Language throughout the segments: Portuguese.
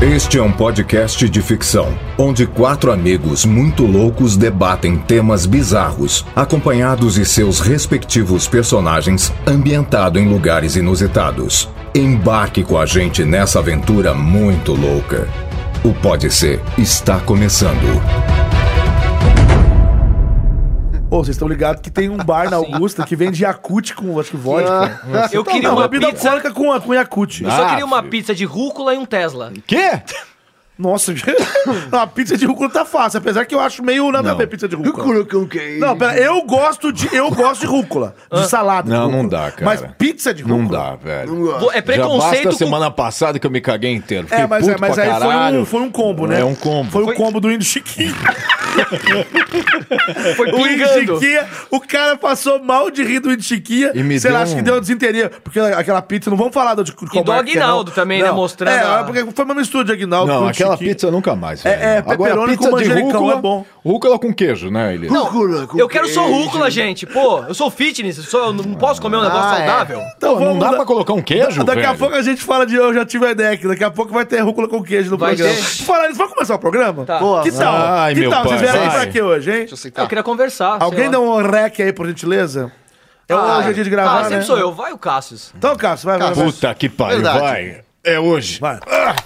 Este é um podcast de ficção, onde 4 amigos muito loucos debatem temas bizarros, acompanhados de seus respectivos personagens, ambientado em lugares inusitados. Embarque com a gente nessa aventura muito louca. O Pode Ser está começando. Ô, vocês estão ligados que tem um bar na Augusta que vende Yakult com, acho que vodka. Eu queria uma bebida pizza. alcoólica com Yakult. Eu só queria uma pizza de rúcula e um Tesla. Quê? Nossa, a pizza de rúcula tá fácil, apesar que eu acho meio nada a ver pizza de rúcula. Rúcula com queijo. Não, pera, eu gosto de rúcula, de salada. Não, de rúcula. não dá, cara. Mas pizza de rúcula? Não dá, velho. É Já preconceito basta a semana passada que eu me caguei inteiro. Fiquei Mas puto pra aí caralho. foi um combo, né? É um combo. Foi um combo do Índio Chiquinho. Foi O Índio pingando. Chiquinha, o cara passou mal de rir do Índio Chiquinha. E me sei deu lá, acho que deu uma desinteria. Porque aquela pizza, não vamos falar de como E do Aguinaldo também, né, mostrando a- porque foi uma mistura de Aguinaldo Não, com aquela Chiquinho. pizza nunca mais, velho. pepperoni Agora, com pizza de manjericão rúcula, é bom. Rúcula com queijo, né, Elias? Rúcula com Eu quero só queijo. rúcula, gente. Pô, eu sou fitness, eu não posso comer um negócio saudável. Então Não dá pra colocar um queijo, Daqui a velho? pouco a gente fala de... Eu já tive a ideia aqui. Daqui a pouco vai ter rúcula com queijo no Vai programa. ter? Falar nisso, vamos começar o programa? Tá. Boa. Que tal? Ai, que meu tal? Vocês pai, vieram vai. pra quê hoje, hein? Deixa eu aceitar. Eu queria conversar. Alguém dá um rec aí, por gentileza? Hoje é dia de gravar, né? sempre sou eu. Vai o Cassius. Então, Cássio, vai. Puta que pariu, Verdade. vai. É hoje. Vai.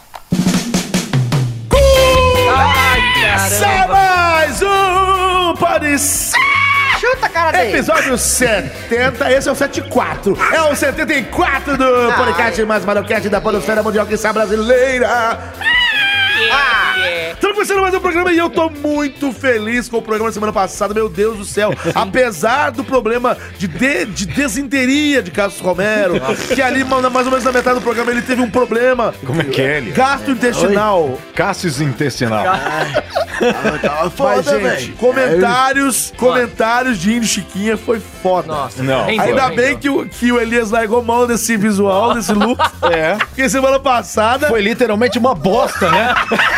Ai, Começa caramba. mais um Pode Ser! Chuta, cara dele. Episódio 70, esse é o 74. É o 74 do podcast mais marocast da podosfera mundial que está brasileira. Estamos começando mais um programa e eu tô muito feliz com o programa da semana passada, meu Deus do céu. Apesar do problema de desinteria de Cássio Romero, que ali mais ou menos na metade do programa ele teve um problema Como é que é, Elias? gastrointestinal. Cássius intestinal. Tava Mas, foda, gente, velho. comentários de Índio Chiquinha foi foda. Nossa, Não. rendeu, Ainda rendeu. bem que o Elias largou mão desse visual, desse look. É. Porque semana passada... Foi literalmente uma bosta, né?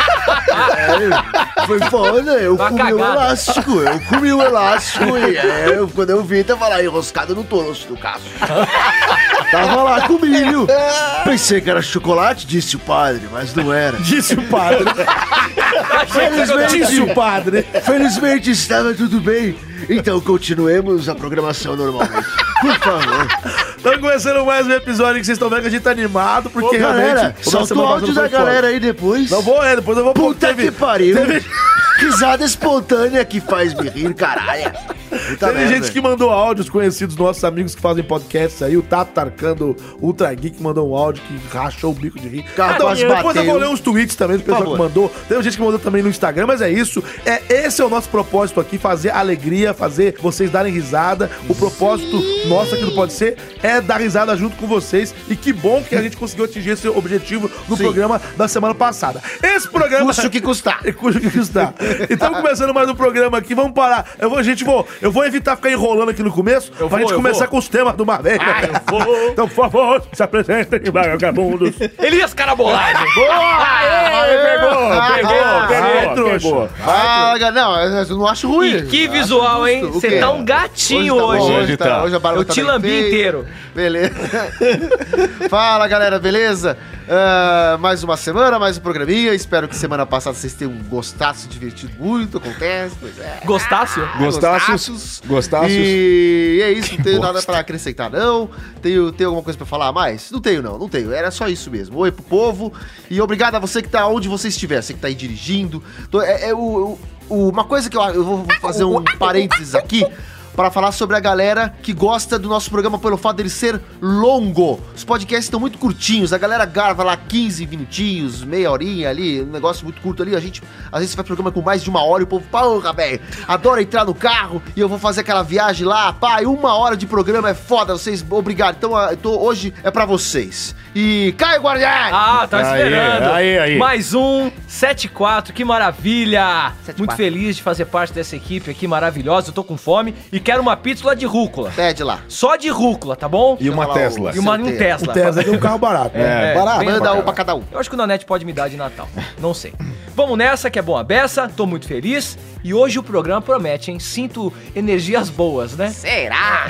Foi foda, eu Uma comi o cagada. elástico. Eu comi o elástico e quando eu vi, tava lá enroscado no toroço do Cássio. Tava lá com milho. Pensei que era chocolate, disse o padre, mas não era. Disse o padre. Disse o padre. Felizmente estava tudo bem. Então continuemos a programação normalmente. Por favor. Estamos começando mais um episódio que vocês estão vendo que a gente tá animado, porque Ô, galera, realmente... solta o áudio da galera aí depois. Não vou, depois eu vou... Puta que pariu. Risada espontânea que faz me rir, caralho. Puta Teve merda. gente que mandou áudios conhecidos, nossos amigos que fazem podcasts aí. O Tato Tarcando, o Ultra Geek mandou um áudio que rachou o bico de rir. Cara, quase depois eu bateu. vou ler uns tweets também do pessoal que favor. mandou. Teve gente que mandou também no Instagram, mas é isso. Esse é o nosso propósito aqui, fazer alegria, fazer vocês darem risada. O propósito nosso aqui do Pode Ser é dar risada junto com vocês. E que bom que a gente conseguiu atingir esse objetivo no programa da semana passada. Esse programa... Custe o que custar. Custa o que custar. E estamos começando mais um programa aqui. Vamos parar. Eu vou evitar ficar enrolando aqui no começo pra gente começar com os temas de uma vez. Então, por favor, se apresentem, vagabundos. Elias Carabolade. Pegou. Não, eu não acho ruim. E que visual, hein? O Você quê? tá um gatinho bom, hoje. Hoje tá. Hoje a barba Eu tá te bem lambi feita. inteiro. Beleza. Fala, galera, beleza? Mais uma semana, mais um programinha. Espero que semana passada vocês tenham gostado, se divertido muito. Acontece, pois é. Gostácio? Gostácios. E é isso, não tenho nada pra acrescentar, não. Tenho alguma coisa pra falar a mais? Não tenho. Era só isso mesmo. Oi pro povo e obrigado a você que tá onde você estiver, você que tá aí dirigindo. Uma coisa que eu vou fazer um parênteses aqui para falar sobre a galera que gosta do nosso programa pelo fato dele ser longo. Os podcasts estão muito curtinhos, a galera grava lá 15 minutinhos, meia horinha ali, um negócio muito curto ali. A gente, às vezes, faz programa com mais de uma hora e o povo, porra, velho, adora entrar no carro e eu vou fazer aquela viagem lá, pai, 1 hora de programa é foda, vocês, obrigado. Então, hoje é pra vocês. E Caio Guardião! Ah, tá esperando. Aí. Mais um 7-4, que maravilha. 7-4. Muito feliz de fazer parte dessa equipe aqui maravilhosa. Eu tô com fome e quero uma pizza lá de rúcula. Pede lá. Só de rúcula, tá bom? E uma Chama lá Tesla. E um O Tesla. Tesla aqui é um carro barato. É, É, barato. bem Manda barato. um pra cada um. Eu acho que o Nanete pode me dar de Natal. Não sei. Vamos nessa, que é bom a beça, tô muito feliz. E hoje o programa promete, hein? Sinto energias boas, né? Será?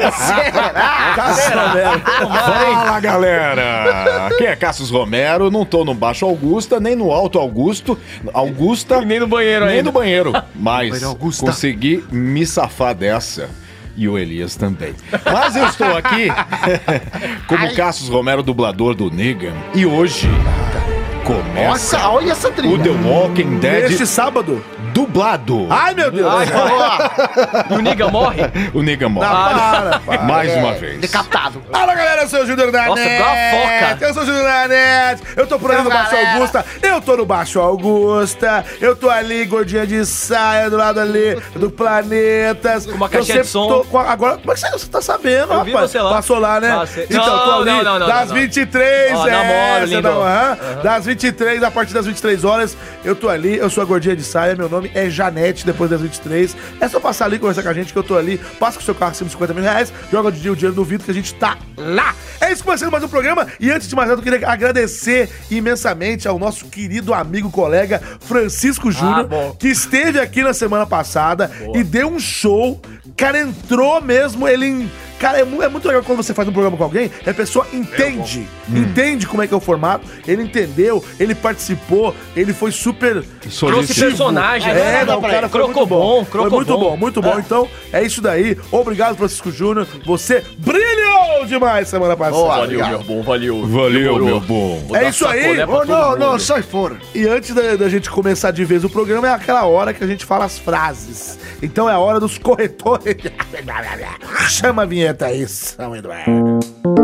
Fala, galera! Aqui é Cassius Romero, não tô no Baixo Augusta, nem no Alto Augusta, E nem no banheiro nem ainda. no banheiro. Mas Banheiro Augusta. consegui me safar dessa. E o Elias também. Mas eu estou aqui como Cassius Romero, dublador do Negan. E hoje começa Nossa, olha essa o trilha. The Walking Dead Neste sábado. dublado. Ai, meu Deus. E o Niga morre? O Negan morre. Para. Mais uma vez. Decapitado. Fala, galera, eu sou o Júnior da Nossa, NET. igual a foca. Eu sou o Júnior da NET. Eu tô por ali no Baixo Augusta. Eu tô no Baixo Augusta. Eu tô ali, gordinha de saia, do lado ali do Planetas. Com uma Eu caixinha de sempre som. Agora, como é que você tá sabendo, Eu vi rapaz? você lá. Passou lá, né? Passei. Então, Não, tô ali não, das não. 23, Ó, namoro, você lindo. das 23, a partir das 23 horas, eu tô ali. Eu sou a gordinha de saia. Meu nome é Janete, depois das 23. É só passar ali e conversar com a gente que eu tô ali. Passa com o seu carro acima de 50 mil reais, joga o dinheiro no vidro que a gente tá lá. É isso, começando mais um programa. E antes de mais nada, eu queria agradecer imensamente ao nosso querido amigo, colega Francisco Júnior, bom. que esteve aqui na semana passada e deu um show. Cara, entrou mesmo, Cara, é muito legal quando você faz um programa com alguém, a pessoa entende como é que é o formato, ele entendeu, ele participou, ele foi super... Trouxe personagem. Não, o cara foi muito bom. Foi muito bom, muito bom. É. Então, é isso daí. Obrigado, Francisco Júnior. Você brilhou demais semana passada. Valeu, meu bom, valeu. Valeu, meu bom. É isso aí. sai fora. E antes da gente começar de vez o programa, é aquela hora que a gente fala as frases. Então é a hora dos corretores. Chama a vinheta aí, São Eduardo.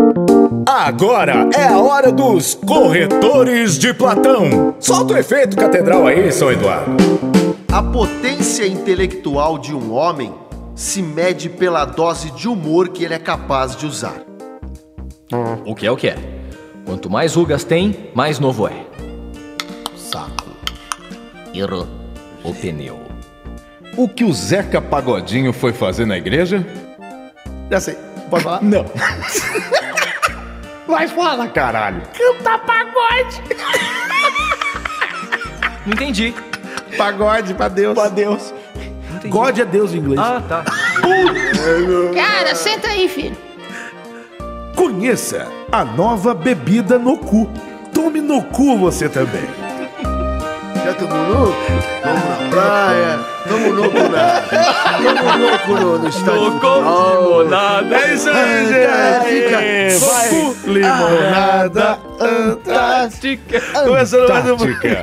Agora é a hora dos corretores de Platão. Solta o efeito catedral aí, São Eduardo. A potência intelectual de um homem se mede pela dose de humor que ele é capaz de usar. O que é o que é? Quanto mais rugas tem, mais novo é. Saco. Errou. O pneu. O que o Zeca Pagodinho foi fazer na igreja? Já sei. Pode falar? Não. Mas fala, caralho. Não entendi. Pagode pra Deus. Pra Deus. Não entendi. God é Deus em inglês. Ah, tá. Cara, senta aí, filho. Conheça a nova bebida no cu. Tome no cu você também. Já tomou louco? Vamos na praia. Tamo louco no estádio. limonada. É isso aí, gente. Vai. Limonada Antártica. Começando mais um... Tática.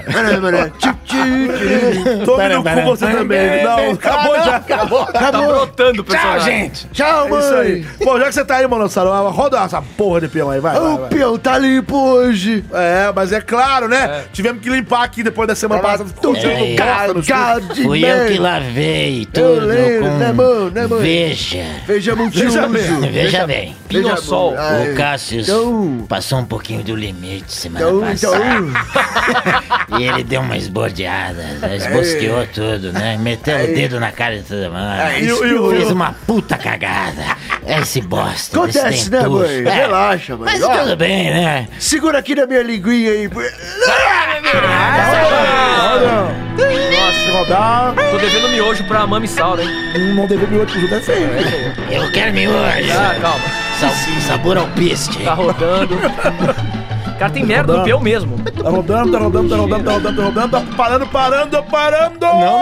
Tome no cu você também. Não, acabou já. Acabou. Tá brotando o personagem. Tchau, É isso mãe. aí. Bom, já que você tá aí, Manossauro, roda essa porra de peão aí, vai. O peão tá limpo hoje. É, mas é claro, né? Tivemos que limpar aqui depois da semana passada. Tudo bosta no estúdio. de Fui eu merda. que lavei tudo Eu lembro, né, mano? Veja. Veja multiuso. Veja bem. Veja bem. Pinossol. Ai, O Cassius então- passou um pouquinho do limite semana Então, passada. E ele deu uma esbordeada, esbosqueou tudo, né? Meteu o dedo na cara de todo mundo. Fez uma puta cagada. Esse bosta. Acontece, desse né, dentuço. mãe? Relaxa, mãe. Mas Ó, tudo bem, né? segura aqui na minha linguinha aí. Nossa, rodar. Tô devendo miojo pra Mami Saura, hein? Não deve me outro é feio. Eu quero miojo. Ah, calma. Sabor ao piste. Tá rodando. Cara, tem merda no peu mesmo. Tá rodando, tá rodando, tá rodando, tá rodando, tá rodando, tá parando.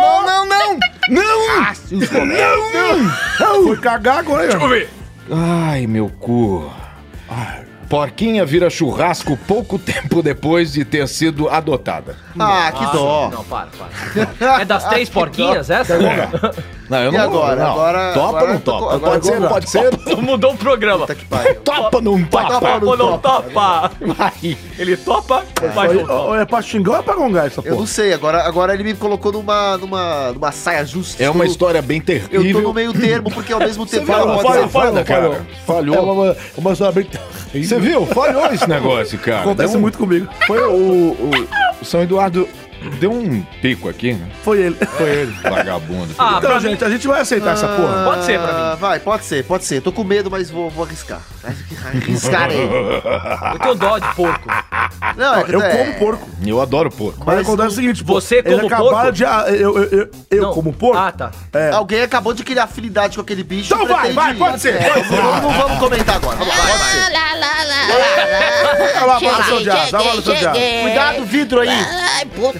Não! Foi cagar agora, Deixa eu ver. Ai, meu cu. Porquinha vira churrasco pouco tempo depois de ter sido adotada. Ah, que dó. Não, para. É das 3 porquinhas essa? Não, eu E agora? Não. Agora- Topa agora ou não tocou- topa? agora Pode ser, agora- pode ser. Mudou o programa. Puta que pariu. Topa ou não topa? Topa ou não topa? Vai. Ele topa ou vai Foi- junto? É pra xingar ou é pra gongar essa Eu não porra? sei, agora ele me colocou numa saia justa. É uma Estou- história bem Eu tô terrível. no meio termo, porque ao mesmo tempo viu? ela pode Falha, ser... falha, cara. É Falhou. uma história bem... Você viu? Falhou esse negócio, cara. Acontece Deu um- muito comigo. Foi o São Eduardo deu um pico aqui, né? Foi ele. Foi ele, vagabundo. Ah, Então, pra gente, a gente vai aceitar essa porra. Pode ser pra mim. Vai, pode ser. Tô com medo, mas vou arriscar. Arriscarei. Eu tenho dó de porco. Não, Eu como porco. Eu adoro porco. Mas acontece o seguinte, você eles como acabaram porco? de... Eu Não. como porco? Ah, tá. Alguém acabou de criar afinidade com aquele bicho. Então e vai, pretende- pode ser. Não vamos comentar agora. Vamos lá, pode ser. Olha lá, balançou de asa, balançou de asa. Cuidado, o vidro aí. Ai, puta.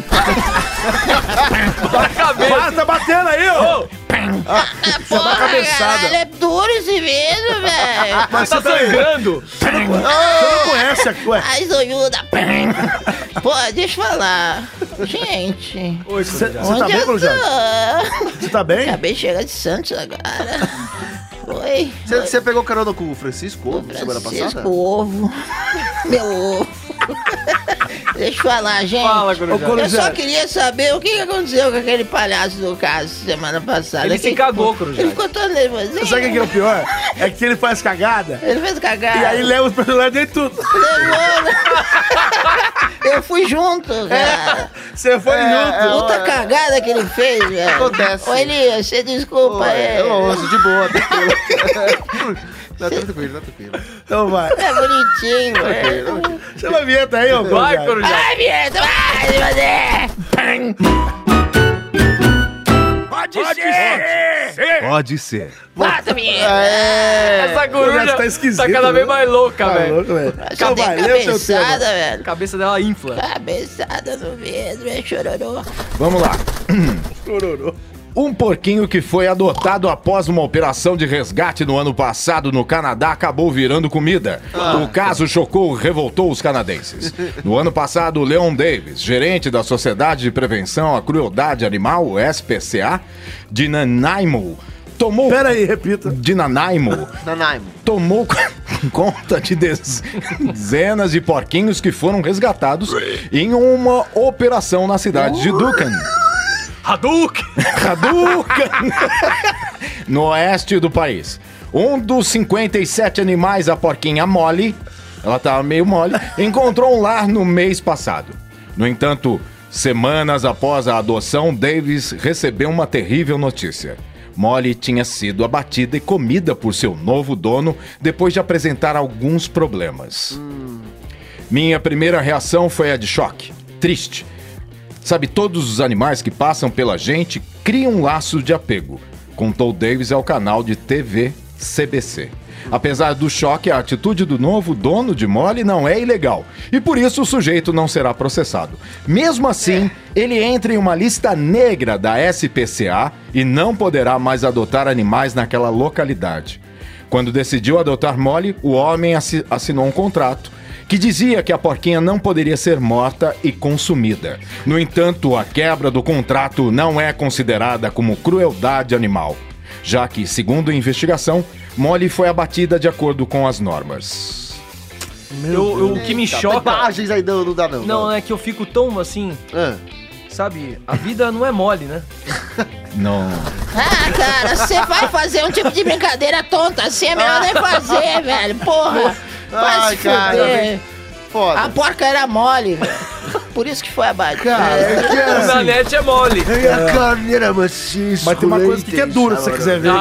Na cabeça. Para, tá batendo aí, ó. Só dá cabeçada. Caralho, é duro esse vidro, velho. Mas Tá você tá aí. sangrando. Você não conhece aqui, ué. Ai, zoiuda. Pô, deixa eu falar. Gente. Oi, Você Corujá. tá bem, eu Corujá? tô? Você tá bem? Acabei de chegar de Santos agora. Oi. Você pegou carona com o Francisco Ovo semana Francisco passada? Ovo. Meu ovo. Deixa eu falar, gente. Fala, Corujá. Ô, Eu só Corujá. queria saber o que aconteceu com aquele palhaço do caso semana passada. Ele se Que cagou, ficou- Corujá. Ele ficou todo nervosinho. Sabe o que é o pior? É que ele faz cagada Ele fez cagar. e aí leva os personagens em tudo. Eu fui junto, cara. Você foi junto. Puta cagada que ele fez, velho. Acontece. Ô, Elias, você desculpa É ele. longe, de boa, tranquilo. Tá tranquilo, tá tranquilo. Então vai. É bonitinho, velho. Chama a vinheta aí, ô Vai, Corujá. Corujá. Ai, Vieta, vai, fazer. Pode ser. Bota, Vieta. Essa coruja tá esquisito, tá cada vez né? mais louca, Tá velho. louco, velho. Só Então tem vai, lê o teu cabeçada, tema. A velho. cabeça dela infla. Cabeçada no vidro, é chororô. Vamos lá. Chororô. Um porquinho que foi adotado após uma operação de resgate no ano passado no Canadá acabou virando comida. O caso chocou e revoltou os canadenses. No ano passado, Leon Davis, gerente da Sociedade de Prevenção à Crueldade Animal, o SPCA, de Nanaimo, tomou... Pera aí, repita. De Nanaimo, Nanaimo. tomou conta de dezenas de porquinhos que foram resgatados em uma operação na cidade de Duncan. Hadouken! Hadouken! No oeste do país. Um dos 57 animais, a porquinha Molly, ela tava meio mole, encontrou um lar no mês passado. No entanto, semanas após a adoção, Davis recebeu uma terrível notícia. Molly tinha sido abatida e comida por seu novo dono depois de apresentar alguns problemas. Minha primeira reação foi a de choque, triste. Sabe, todos os animais que passam pela gente criam um laço de apego, contou Davis ao canal de TV CBC. Apesar do choque, a atitude do novo dono de Molly não é ilegal, e por isso o sujeito não será processado. Mesmo assim, ele entra em uma lista negra da SPCA e não poderá mais adotar animais naquela localidade. Quando decidiu adotar Molly, o homem assinou um contrato que dizia que a porquinha não poderia ser morta e consumida. No entanto, a quebra do contrato não é considerada como crueldade animal, já que, segundo a investigação, Molly foi abatida de acordo com as normas. O que me choca... Imagens aí não dá não. Não, é que eu fico tão assim... Ah. Sabe, a vida não é mole, né? Não. Ah, cara, você vai fazer um tipo de brincadeira tonta assim, é melhor nem fazer, velho. Porra. Vai Ai, se cara, fuder. Foda. A porca era mole, velho. Por isso que foi abatida. O Nanete é mole. A carneira macia. Mas tem uma coisa aqui que é dura, se você quiser ver.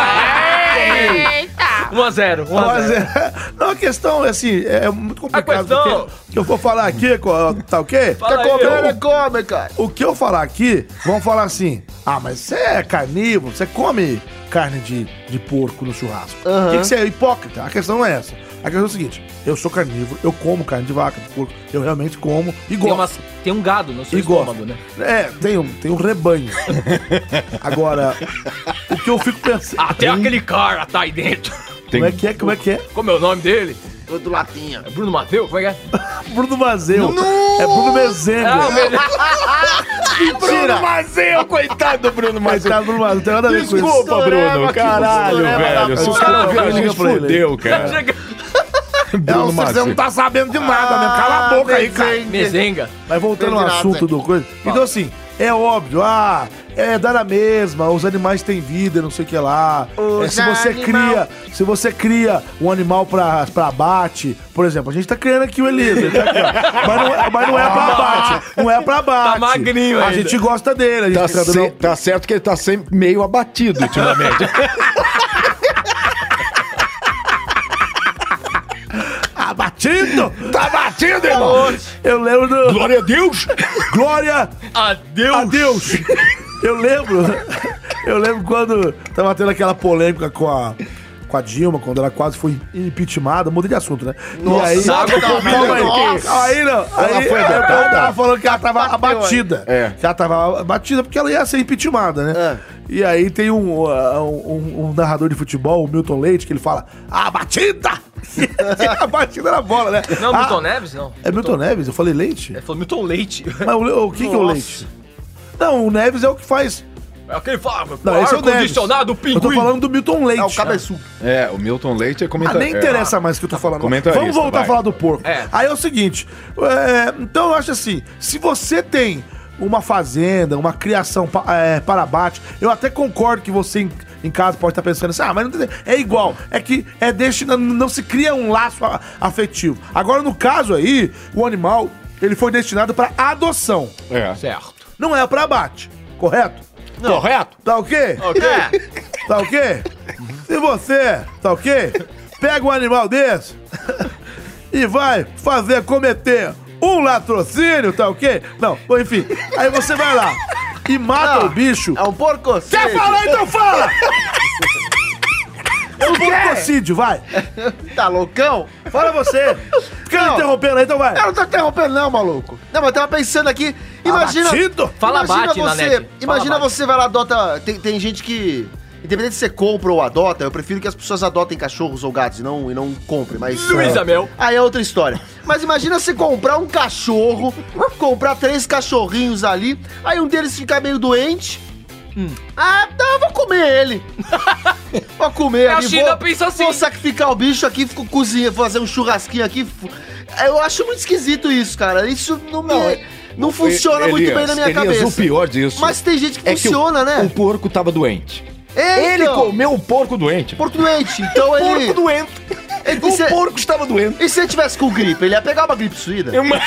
Eita! 1x0, 1x0. Mas não, a questão é assim, é muito complicado. questão- porque o que eu for falar aqui, tá ok? Fala aí, Comendo, come, cara. O que eu falar aqui, vão falar assim: ah, mas você é carnívoro, você come carne de porco no churrasco. O que você é hipócrita? A questão não é essa. A questão é o seguinte: eu sou carnívoro, eu como carne de vaca, de porco, eu realmente como e gosto. Tem um gado no seu E estômago, gosto. né? É, tem um rebanho. Agora, o que eu fico pensando. Até aquele cara tá aí dentro. Como é que é? Como é que é? Como é o nome dele? Do latinha. É Bruno Mateus? Como é que é? Bruno Mazeu. É Bruno Mezenga. Ah, o melhor. Mentira! Mazeu, coitado do Bruno Mazeu. Coitado do Bruno Mazeu, não tem nada a ver com isso. Desculpa, Bruno. Caralho, velho. Se o cara ouvir a gente, Liga pra ele. fudeu, cara. Bruno Você Mazeu. não tá sabendo de nada, mesmo. Cala a boca aí, cara. Mezenga. Mas voltando ao Entendi nada, assunto Zé. do coisa. Então, assim, é óbvio, dá na mesma, os animais têm vida, não sei o que lá. Os Se você cria um animal pra abate, por exemplo, a gente tá criando aqui o Elias, ele tá aqui, ó. Mas não é pra abate. Não é pra abate. Tá magrinho A ainda. gente gosta dele. A gente Tá, dando- tá certo que ele tá sempre meio abatido ultimamente. batido! Tá batido, irmão! Eu lembro do... Glória a Deus! Glória Adeus! a Deus! Eu lembro quando tava tendo aquela polêmica com a Dilma, quando ela quase foi impeachmentada. Mudei de assunto, né? Nossa, e aí, calma aí. aí não. Aí foi eu adotada? tava falando que ela tava abatida. É. Que ela tava abatida porque ela ia ser impeachmentada, né? E aí tem um narrador de futebol, o Milton Leite, que ele fala, abatida! A batida na bola, né? Não, Milton Neves, não. É Milton Neves? Eu falei Leite? Ele falou Milton Leite. Mas o que é o Leite? Não, o Neves é o que faz... É aquele fala, Não, esse é o Neves. ar-condicionado, Eu tô pinguim. falando do Milton Leite. É o cabeçudo. É, o Milton Leite é Ah, comentarista. nem interessa mais o que eu tô falando. comentarista, Vamos voltar vai. a falar do porco. É. Aí é o seguinte, então eu acho assim, se você tem uma fazenda, uma criação para abate, eu até concordo que você em casa pode estar pensando assim, mas não tem, é igual, é que não se cria um laço afetivo. Agora, no caso aí, o animal, ele foi destinado para adoção, É. Certo. não é para abate, correto? Correto? Tá ok? Tá ok? Se você, tá ok? Pega um animal desse e vai cometer um latrocínio, tá ok? Não, bom, enfim. Aí você vai lá e mata o bicho. É um porco. Quer falar, então fala! É um porcocídio, vai. Tá loucão? Fala você. Fica me Não. interrompendo aí, então vai. Eu não tô interrompendo não, maluco. Não, mas eu tava pensando aqui, imagina... Abatido? Fala imagina abate, você, Nanete. imagina Fala você vai lá, adota... Tem gente que... Independente se você compra ou adota, eu prefiro que as pessoas adotem cachorros ou gatos e não comprem, mas... Luiz Amel. Aí é outra história. Mas imagina você comprar um cachorro, comprar 3 cachorrinhos ali, aí um deles ficar meio doente. Eu vou comer ele. Vou comer A ali. China pensa assim. Vou sacrificar o bicho aqui, fico cozinhando, fazer um churrasquinho aqui. Eu acho muito esquisito isso, cara. Isso não funciona muito bem na minha cabeça. O pior disso. Mas tem gente que é funciona, que né? O porco tava doente. Ele Comeu o porco doente. Porco doente. Então ele... Porco doente. ele O se- porco estava doente. E se ele tivesse com gripe? Ele ia pegar uma gripe suída?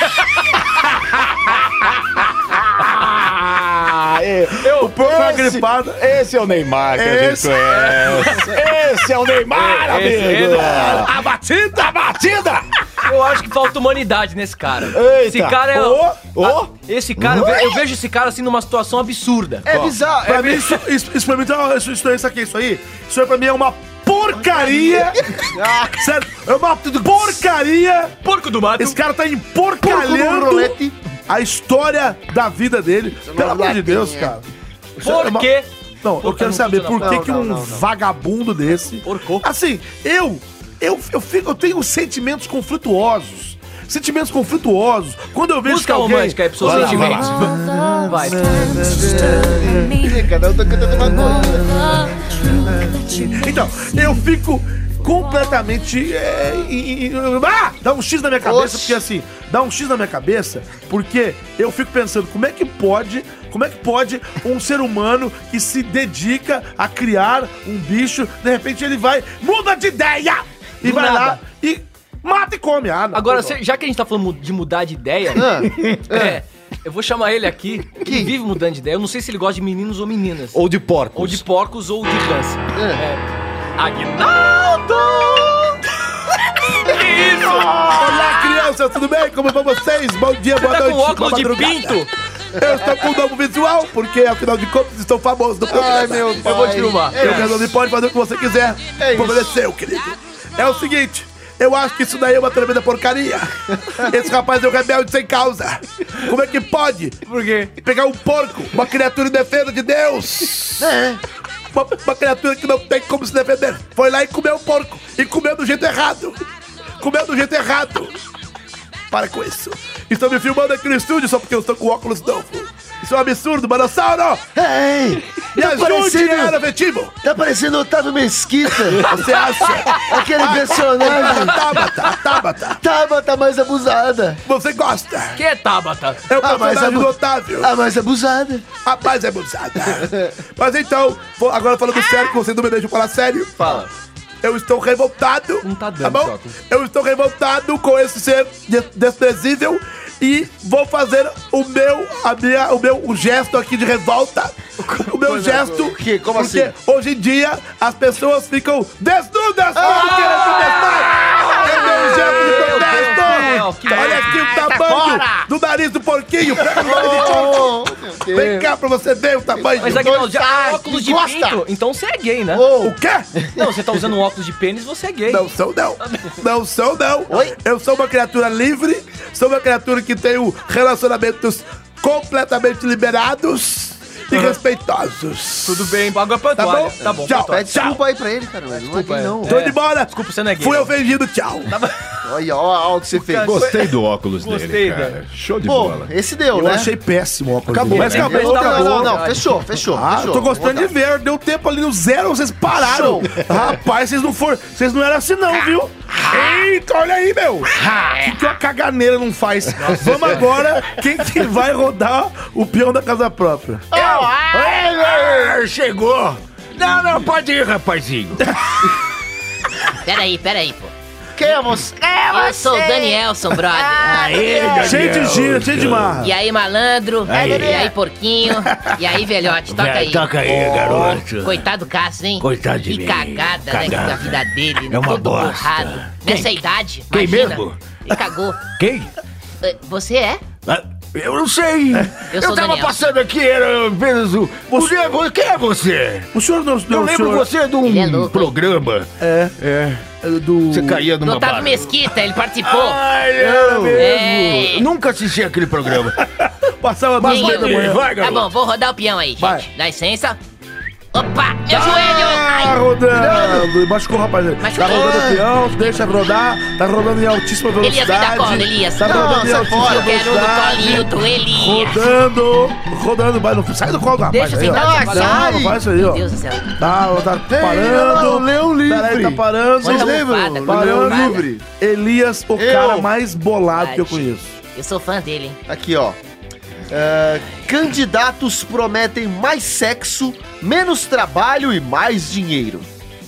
O porco é gripado. Esse é o Neymar que a gente Esse- conhece. Esse é o Neymar, Esse amigo. é- A batida! A batida! Eu acho que falta humanidade nesse cara. Eita. Esse cara é... Ô. Esse cara, eu vejo esse cara assim numa situação absurda. É bizarro. Pra mim, isso pra mim, isso aí pra mim é uma porcaria. Certo? É uma porcaria. Porco do mato. Esse cara tá Porco do empurcalhando rolete. a história da vida dele. Pelo amor de Deus, cara. Isso é Por uma- quê? Não, eu quero saber por que Não, que não, um não. vagabundo desse... Porco. Assim, eu tenho sentimentos conflituosos. Sentimentos conflituosos. Quando eu vejo que Música alguém... romântica aí pros seus Vai lá, sentimentos. vai lá. Vai. Cada um tá cantando uma coisa. Então, eu fico completamente... dá um X na minha cabeça, Oxi. porque assim... Dá um X na minha cabeça, porque eu fico pensando, como é que pode um ser humano que se dedica a criar um bicho, de repente ele vai, muda de ideia! E Do vai nada. lá e mata e come. Ah, não, Agora, pô, já que a gente tá falando de mudar de ideia, eu vou chamar ele aqui. Ele vive mudando de ideia. Eu não sei se ele gosta de meninos ou meninas. Ou de porcos. Ou de porcos ou de câncer. Aguinaldo! Isso! Olá, crianças, tudo bem? Como vão vocês? Bom dia, boa Tá noite. com óculos boa de madrugada. pinto? Eu estou com um novo visual, porque afinal de contas estou famoso no programa. Ai, meu pai. Eu vou te filmar. Eu resolvi, pode fazer o que você quiser. É isso. Obedeceu, querido. É o seguinte, eu acho que isso daí é uma tremenda porcaria. Esse rapaz é um rebelde sem causa. Como é que pode? Por quê? Pegar um porco, uma criatura em defesa de Deus. Uma criatura que não tem como se defender. Foi lá e comeu o porco. E comeu do jeito errado. Comeu do jeito errado. Para com isso. Estão me filmando aqui no estúdio só porque eu estou com óculos novo. Isso é um absurdo, Manossauro! Ei, Me ajude, era efetivo! tá parecendo Otávio Mesquita. Você acha? Aquele personagem. Tabata. Tabata mais abusada. Você gosta? Que é Tabata? É o Ah, mas personagem é do bu- Otávio. A mais abusada. A mais é abusada. Mas então, agora falando sério, que vocês não me deixam falar sério. Fala. Eu estou revoltado. Não tá dando, bom? Choco. Eu estou revoltado com esse ser desprezível e vou fazer o gesto aqui de revolta. O meu gesto. Que? Como porque assim? hoje em dia as pessoas ficam desnudas quando querem se desnudar. É meu de óculos de protesto! Que Olha aqui o tamanho do nariz do porquinho! Pega no nariz do porco! Vem cá pra você ver o tamanho! Mas Aguinaldo, já óculos de pinto, então você é gay, né? O quê? Não, você tá usando um óculos de pênis, você é gay. Não sou, não. Não sou, não. Oi? Eu sou uma criatura livre, sou uma criatura que tenho relacionamentos completamente liberados e respeitosos. Tudo bem, água pra Tá toalha. bom? Tá bom, Tchau. pra toalha. Pede desculpa aí pra ele, cara. Desculpa, não. Tô indo embora. Desculpa, você não é gay. Fui não. ofendido, tchau. Olha, ó o que você fez. Gostei do óculos Gostei, dele, cara. velho. Show de Bom, bola. esse deu, Eu né? achei péssimo o óculos. Acabou, Mas né? acabou, Não, acabou. não, fechou. Ah, eu tô gostando de ver. Deu tempo ali no zero, vocês pararam. Rapaz, vocês não eram assim não, viu? Eita, olha aí, meu. O que uma caganeira não faz? Vamos agora, quem que vai rodar o peão da casa própria? Chegou! Não, pode ir, rapazinho. Peraí, pô. Quem é você? Eu sou o Danielson, brother. Cheio de giro, cheio de marra. E aí, malandro? Aí. E aí, porquinho? E aí, velhote? Toca aí. Toca aí, garoto. Coitado do Cássio, hein? Coitado de que mim. cagada, né? Cagada. Da vida dele. É uma todo bosta. borrado. Nessa idade. Quem imagina. mesmo? Ele cagou. Quem? Você é? Ah, eu não sei. Eu sou o tava Daniel. passando aqui, era apenas o... Quem é você? O senhor não... Eu lembro você de Ele é um louco, programa. do... Você caía Do numa Otávio barra. Mesquita, ele participou. Ai, era mesmo. É. Nunca assisti aquele programa. Passava Mas duas vai, da manhã. vai, Tá garoto. bom, vou rodar o peão aí, gente. Vai. Dá licença. Opa, meu joelho! Tá Ai, rodando. Machucou, rapaz. Machucou. Tá rodando o peão, deixa rodar. Tá rodando em altíssima Elias, velocidade. vem da cola, Elias. Tá Não, rodando em sai altíssima fora. eu quero no velocidade. colinho do Elias. Rodando, vai, não sai do colo do rapaz. Deixa aí, ó. sentar, Ah, você sai. fala. Não faz isso aí, ó. Meu Deus do céu. Tá parando. Leão livre. Peraí, tá parando. Manda Vocês lembram? bufada, do manda Leão bufada. livre. Elias, o Eu. cara mais bolado que eu conheço. Eu sou fã dele, hein? Aqui, ó. Candidatos prometem mais sexo, menos trabalho e mais dinheiro.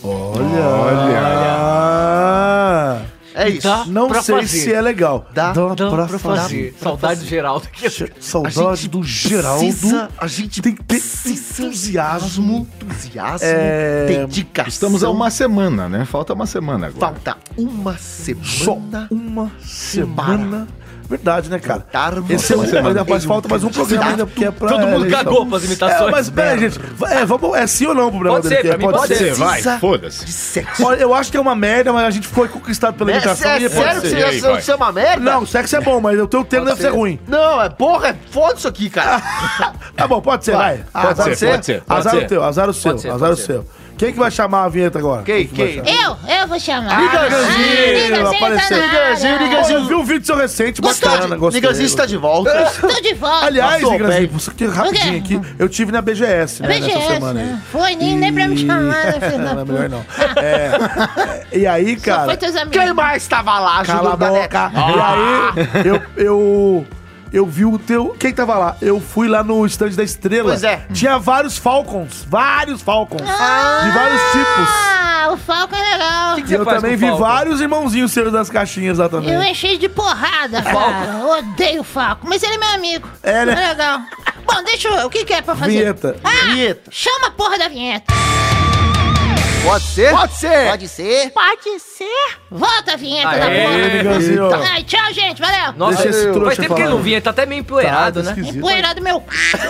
Olha. É isso. Não pra sei fazer. se é legal. Dá Pra fazer. Saudade do Geraldo aqui. Saudade do Geraldo. A gente Tem que ter precisa entusiasmo. dedicação. Estamos a uma semana, né? Falta uma semana agora. Falta uma Só semana. uma semana. Verdade, né, cara? Darmos Esse é uma um, semana. ainda faz falta mais um programa ainda, porque é pra... Todo mundo eleição. cagou pras imitações. Mas peraí, gente. É sim ou não o problema Pode dele? ser, pra mim pode ser. Vai, Precisa foda-se. de sexo. Olha, eu acho que é uma merda, mas a gente foi conquistado pela imitação e É pode sério que ser. E aí, vai? você é uma merda? Não, sexo é bom, mas o teu termo deve ser ruim. Não, é porra, é foda isso aqui, cara. Tá bom, pode ser, vai. Pode ser. Azar o teu, azar o seu, Pode ser, azar o pode seu. Quem que vai chamar a vinheta agora? Quem? vai chamar? Eu vou chamar. Liganzinho, apareceu. Liganzinho. Eu vi um vídeo seu recente, bacana, gostei. Liganzinho está de volta. Tô de volta. Aliás, Passou Liganzinho, bem. você que rapidinho aqui, eu tive na BGS, né, nessa semana aí. Foi, nem pra me chamar, né, filho da Não, é melhor puta? não. E aí, Só cara, foi teus amigos. Quem mais estava lá cala a ajudando a boca. Neca? E aí, eu vi o teu... Quem tava lá? Eu fui lá no stand da Estrela. Pois é. Tinha vários Falcons. De vários tipos. Ah, o Falco é legal. E eu faz também com vi o Falcon? vários irmãozinhos seus das caixinhas lá também. Eu enchi de porrada, cara. Odeio o Falco, mas ele é meu amigo. É, né? É legal. Bom, deixa eu... O que é pra fazer? Vinheta. Vinheta. Chama a porra da vinheta. Pode ser? Pode ser. Pode ser? Pode ser. Volta a vinheta da Aê, porra. Liganzinho. Ai, tchau, gente. Valeu. Nossa, Deixa esse trouxa faz tempo que ele falar. não vinha, ele tá até meio empoeirado, né? esquisito. Empoeirado meu...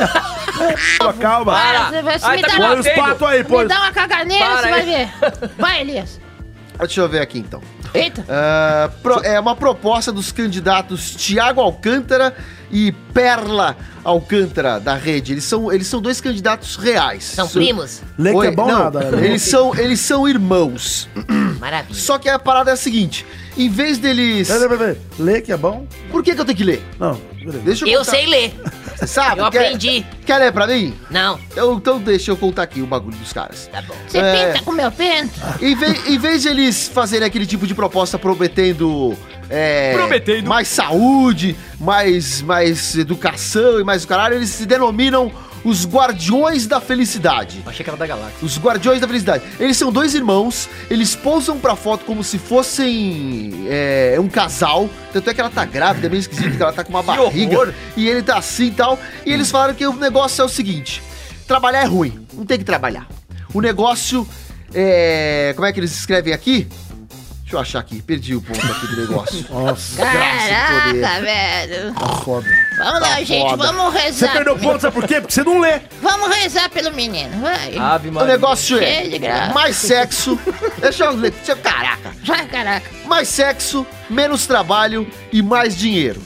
Calma. Para, você vai Ai, me tá dar com Põe uma... os patos aí, Me põe. dá uma caganeira, Para você vai aí. ver. Vai, Elias. Deixa eu ver aqui então. Eita. É uma proposta dos candidatos Tiago Alcântara e Perla Alcântara da Rede. Eles são dois candidatos reais. São primos? Lê que Oi, é bom não, nada, né? eles são irmãos. Maravilha. Só que a parada é a seguinte: em vez deles. Peraí. Lê que é bom? Por que eu tenho que ler? Não, beleza. Deixa Eu contar. sei ler. Você sabe? Eu aprendi. Quer ler pra mim? Não, Então deixa eu contar aqui o bagulho dos caras. tá bom. Você É. pinta com meu pento? Em vez de eles fazerem aquele tipo de proposta prometendo. Prometendo. Mais saúde, mais educação e mais o caralho, eles se denominam os Guardiões da Felicidade. Achei que era da galáxia. Os Guardiões da Felicidade. Eles são dois irmãos, eles posam pra foto como se fossem um casal. Tanto é que ela tá grávida, é meio esquisito, que ela tá com uma barriga. horror. E ele tá assim e tal. E eles falaram que o negócio é o seguinte: trabalhar é ruim, não tem que trabalhar. O negócio é. Como é que eles escrevem aqui? Deixa eu achar aqui, perdi o ponto aqui do negócio. Nossa, Caraca, velho. tá foda. Vamos lá, gente, foda. vamos Você rezar. perdeu ponto, sabe por quê? Porque você não lê. Vamos rezar pelo menino, vai. Ave O Maria. negócio Cheio de é graça. mais sexo. Deixa eu ler. Caraca. Vai, caraca. Mais sexo, menos trabalho e mais dinheiro.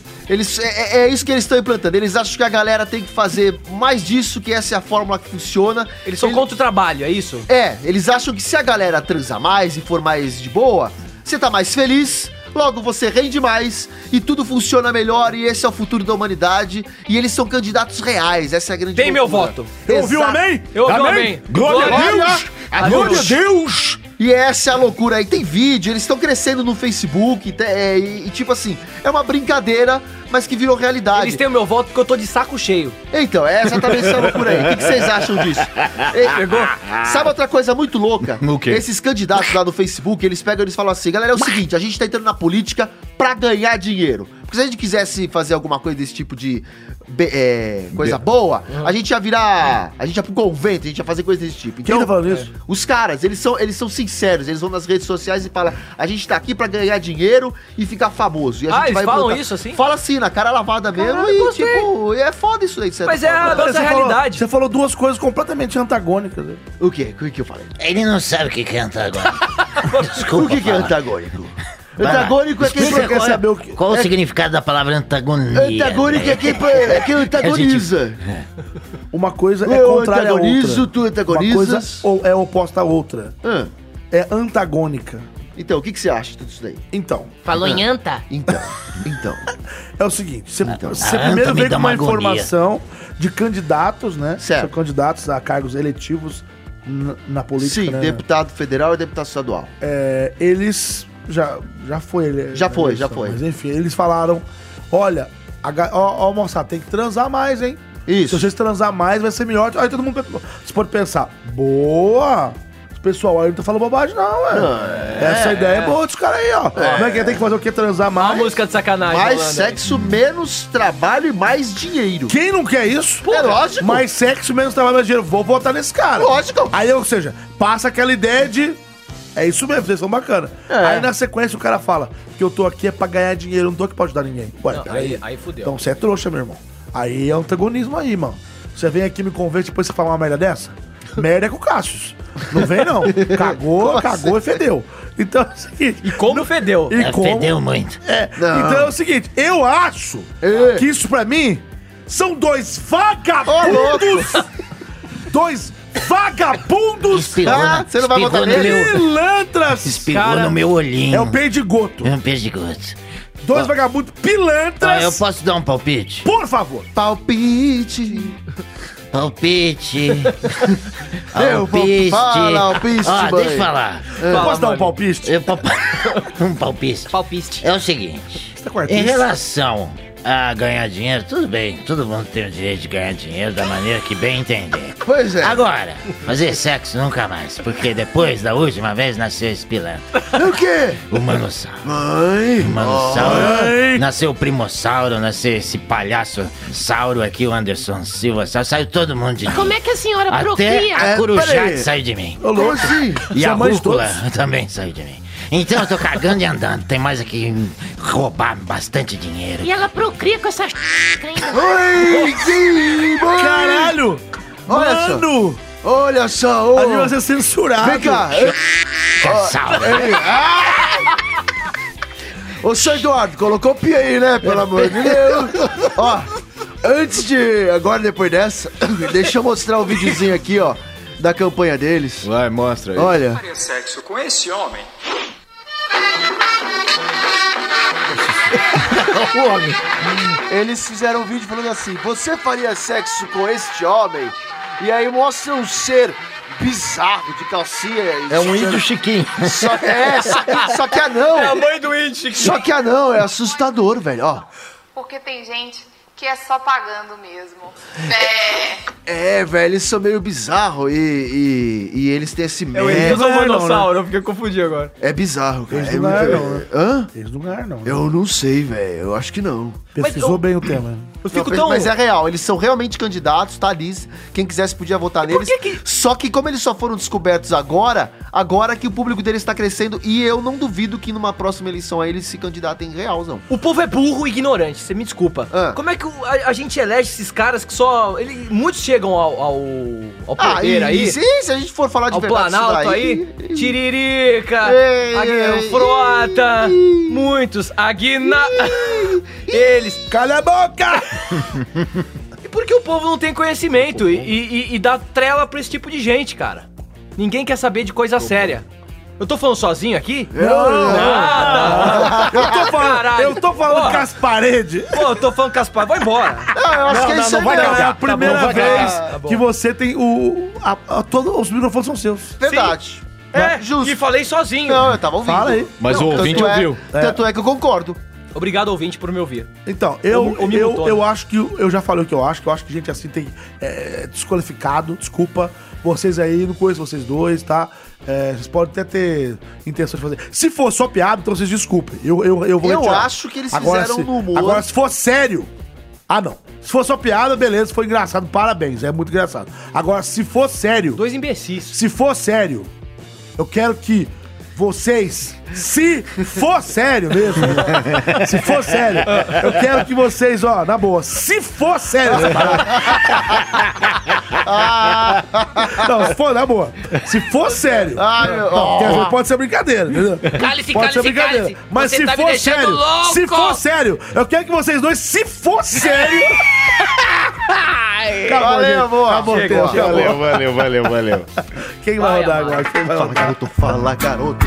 É isso que eles estão implantando. Eles acham que a galera tem que fazer mais disso, que essa é a fórmula que funciona. Eles são contra o trabalho, é isso? Eles acham que se a galera transar mais e for mais de boa, você tá mais feliz, logo você rende mais e tudo funciona melhor e esse é o futuro da humanidade. E eles são candidatos reais, essa é a grande Tem meu loucura. voto. Eu ouvi um amém? Eu ouvi um amém. Glória a Deus! a Glória a Deus. Deus! E essa é a loucura aí. Tem vídeo, eles estão crescendo no Facebook e tipo assim, é uma brincadeira, mas que virou realidade. Eles têm o meu voto porque eu tô de saco cheio. Então, é exatamente essa loucura aí. O que vocês acham disso? Pegou? Sabe outra coisa muito louca? O quê? Esses candidatos lá no Facebook, eles pegam e eles falam assim, galera, é o seguinte, a gente tá entrando na política pra ganhar dinheiro. Porque se a gente quisesse fazer alguma coisa desse tipo de coisa boa, a gente ia virar... A gente ia pro convento, a gente ia fazer coisa desse tipo. Quem tá falando isso? Os caras, eles são sinceros, eles vão nas redes sociais e falam, a gente tá aqui pra ganhar dinheiro e ficar famoso. E a gente Eles vai falam implantar. isso assim? Fala assim, na cara lavada mesmo, Caralho, e gostei. tipo, é foda isso aí de certa Mas é forma. a nossa Você realidade. Você falou duas coisas completamente antagônicas. Né? O quê? O que eu falei? Ele não sabe o que é antagônico. Desculpa. O que é falar. antagônico? Vai lá. Antagônico é quem Explica quer saber o que... Qual o significado da palavra antagonia? Antagônico é quem antagoniza. Uma coisa é Eu contrária à outra. antagonizo, tu Uma antagonizas. coisa é oposta à outra. Ah, É antagônica. então, o que você acha de tudo isso daí? Então, Falou em anta? Então. é o seguinte, você a primeiro anta me vem dá com uma uma agonia. informação de candidatos, né? Certo. São candidatos a cargos eletivos na política, Sim, né? deputado federal e deputado estadual. Eles... Já foi ele. Já foi. Mas enfim, eles falaram, olha, ó, moçada, tem que transar mais, hein? Se Isso. vocês transar mais, vai ser melhor. Aí todo mundo você pode pensar, boa! O pessoal aí não tá falando bobagem, não, Essa ideia é boa dos caras aí, ó. Como é que tem que fazer o quê? Transar Uma mais? música de sacanagem. Mais rolando aí. sexo, menos trabalho e mais dinheiro. Quem não quer isso? É lógico. Mais sexo, menos trabalho, mais dinheiro. Vou votar nesse cara. Lógico. Aí, ou seja, passa aquela ideia de... É isso mesmo, vocês são bacanas. Aí na sequência o cara fala que eu tô aqui é pra ganhar dinheiro, eu não tô aqui pra ajudar ninguém. Ué, Não, peraí. aí fudeu. Então você é trouxa, meu irmão. Aí é antagonismo aí, mano. Você vem aqui me convence depois você fala uma merda dessa? Merda é com o Cassius. Não vem, não. Cagou e fedeu. Então é o seguinte. E como fedeu? Fedeu muito. Então é o seguinte, eu acho que isso pra mim são dois vagabundos. Dois vagabundos. Espirrou, você não vai espirrou votar no nele? meu, Pilantras. espirrou Cara, no meu olhinho. É o perdigoto. É um perdigoto. Dois vagabundos pilantras. Eu posso dar um palpite? Por favor. Palpite. Palpite. Eu Palpite. fala, palpite, Ó, mãe. deixa eu falar. Posso dar um mano. palpite? Um palpite. Palpiste. É o seguinte. Você tá com Em artista? relação a ganhar dinheiro, tudo bem. Todo mundo tem o direito de ganhar dinheiro da maneira que bem entender. Pois é. Agora, fazer sexo nunca mais. Porque depois da última vez nasceu esse pilantra. O quê? O Manossauro. Mãe. O Manossauro. Ai. Nasceu o Primossauro, nasceu esse palhaço Sauro aqui, o Anderson Silva. Saiu todo mundo de mim. Como é que a senhora Até procria? a Corujade peraí. saiu de mim. Como assim? E Sua a mãe de rúcula também saiu de mim. Então eu tô cagando e andando. Tem mais aqui roubar bastante dinheiro. E ela procria com essa ainda. Oi, sim, mãe. Caralho! Olha só. Mano! Olha só, ô. A gente vai ser censurado. Vem cá. Sauro. Ô, seu Eduardo, colocou o pi aí, né? Pelo amor de Deus. Ó, antes de... Agora, depois dessa, deixa eu mostrar o videozinho aqui, ó, da campanha deles. Vai, mostra aí. Olha. Faria sexo com esse homem. Eles fizeram um vídeo falando assim: você faria sexo com este homem? E aí mostra um ser bizarro de calcinha. É um índio chiquinho. Só que anão. É a mãe do índio. Só que anão, é assustador, velho, ó. Porque tem gente que é só pagando mesmo. Velho, eles são meio bizarros e eles têm esse É o medo. Índio ou o não, Manossauro? Eu fiquei confundido agora. É bizarro, cara. Eles É não muito... ganham, não, né? Hã? Eles não ganharam, não. Eu não sei, velho. Eu acho que não. Pesquisou bem o tema. Eu fico tão... Mas é real, eles são realmente candidatos, tá ali. Quem quisesse podia votar neles. Só que como eles só foram descobertos agora que o público deles tá crescendo, e eu não duvido que numa próxima eleição aí eles se candidatem realzão. O povo é burro e ignorante, você me desculpa. Como é que a gente elege esses caras que só... muitos chegam ao poder aí? Se a gente for falar de verdade Planalto aí, Tiririca, Frota, muitos, eles... Calha a boca! E porque o povo não tem conhecimento e dá trela pra esse tipo de gente, cara. Ninguém quer saber de coisa séria. Eu tô falando sozinho aqui? Nada! Eu tô falando com as paredes. Pô, eu tô falando com as paredes. Vai embora. Eu acho que isso é a primeira vez que você tem todos os microfones são seus. Verdade. Justo. E falei sozinho. Não, eu tava ouvindo. Fala aí. Mas o ouvinte ouviu. Tanto é que eu concordo. Obrigado, ouvinte, por me ouvir. Então, eu acho que... Eu já falei o que eu acho que gente assim tem desqualificado, desculpa. Vocês aí, não conheço vocês dois, tá? Vocês podem até ter intenção de fazer. Se for só piada, então vocês desculpem. Eu vou retirar. Acho que eles fizeram no humor. Agora, se for sério... não. Se for só piada, beleza, foi engraçado, parabéns, é muito engraçado. Agora, se for sério... Dois imbecis. Se for sério, eu quero que vocês... Se for sério mesmo, se for sério, eu quero que vocês, na boa, se for sério essa parada. Não, se for, na boa. Se for sério. Pode ser brincadeira, entendeu? Pode ser brincadeira. Mas se for sério, se for sério, eu quero que vocês dois, se for sério. Valeu, boa. Valeu. Quem vai rodar agora? Fala, garoto, fala, garota.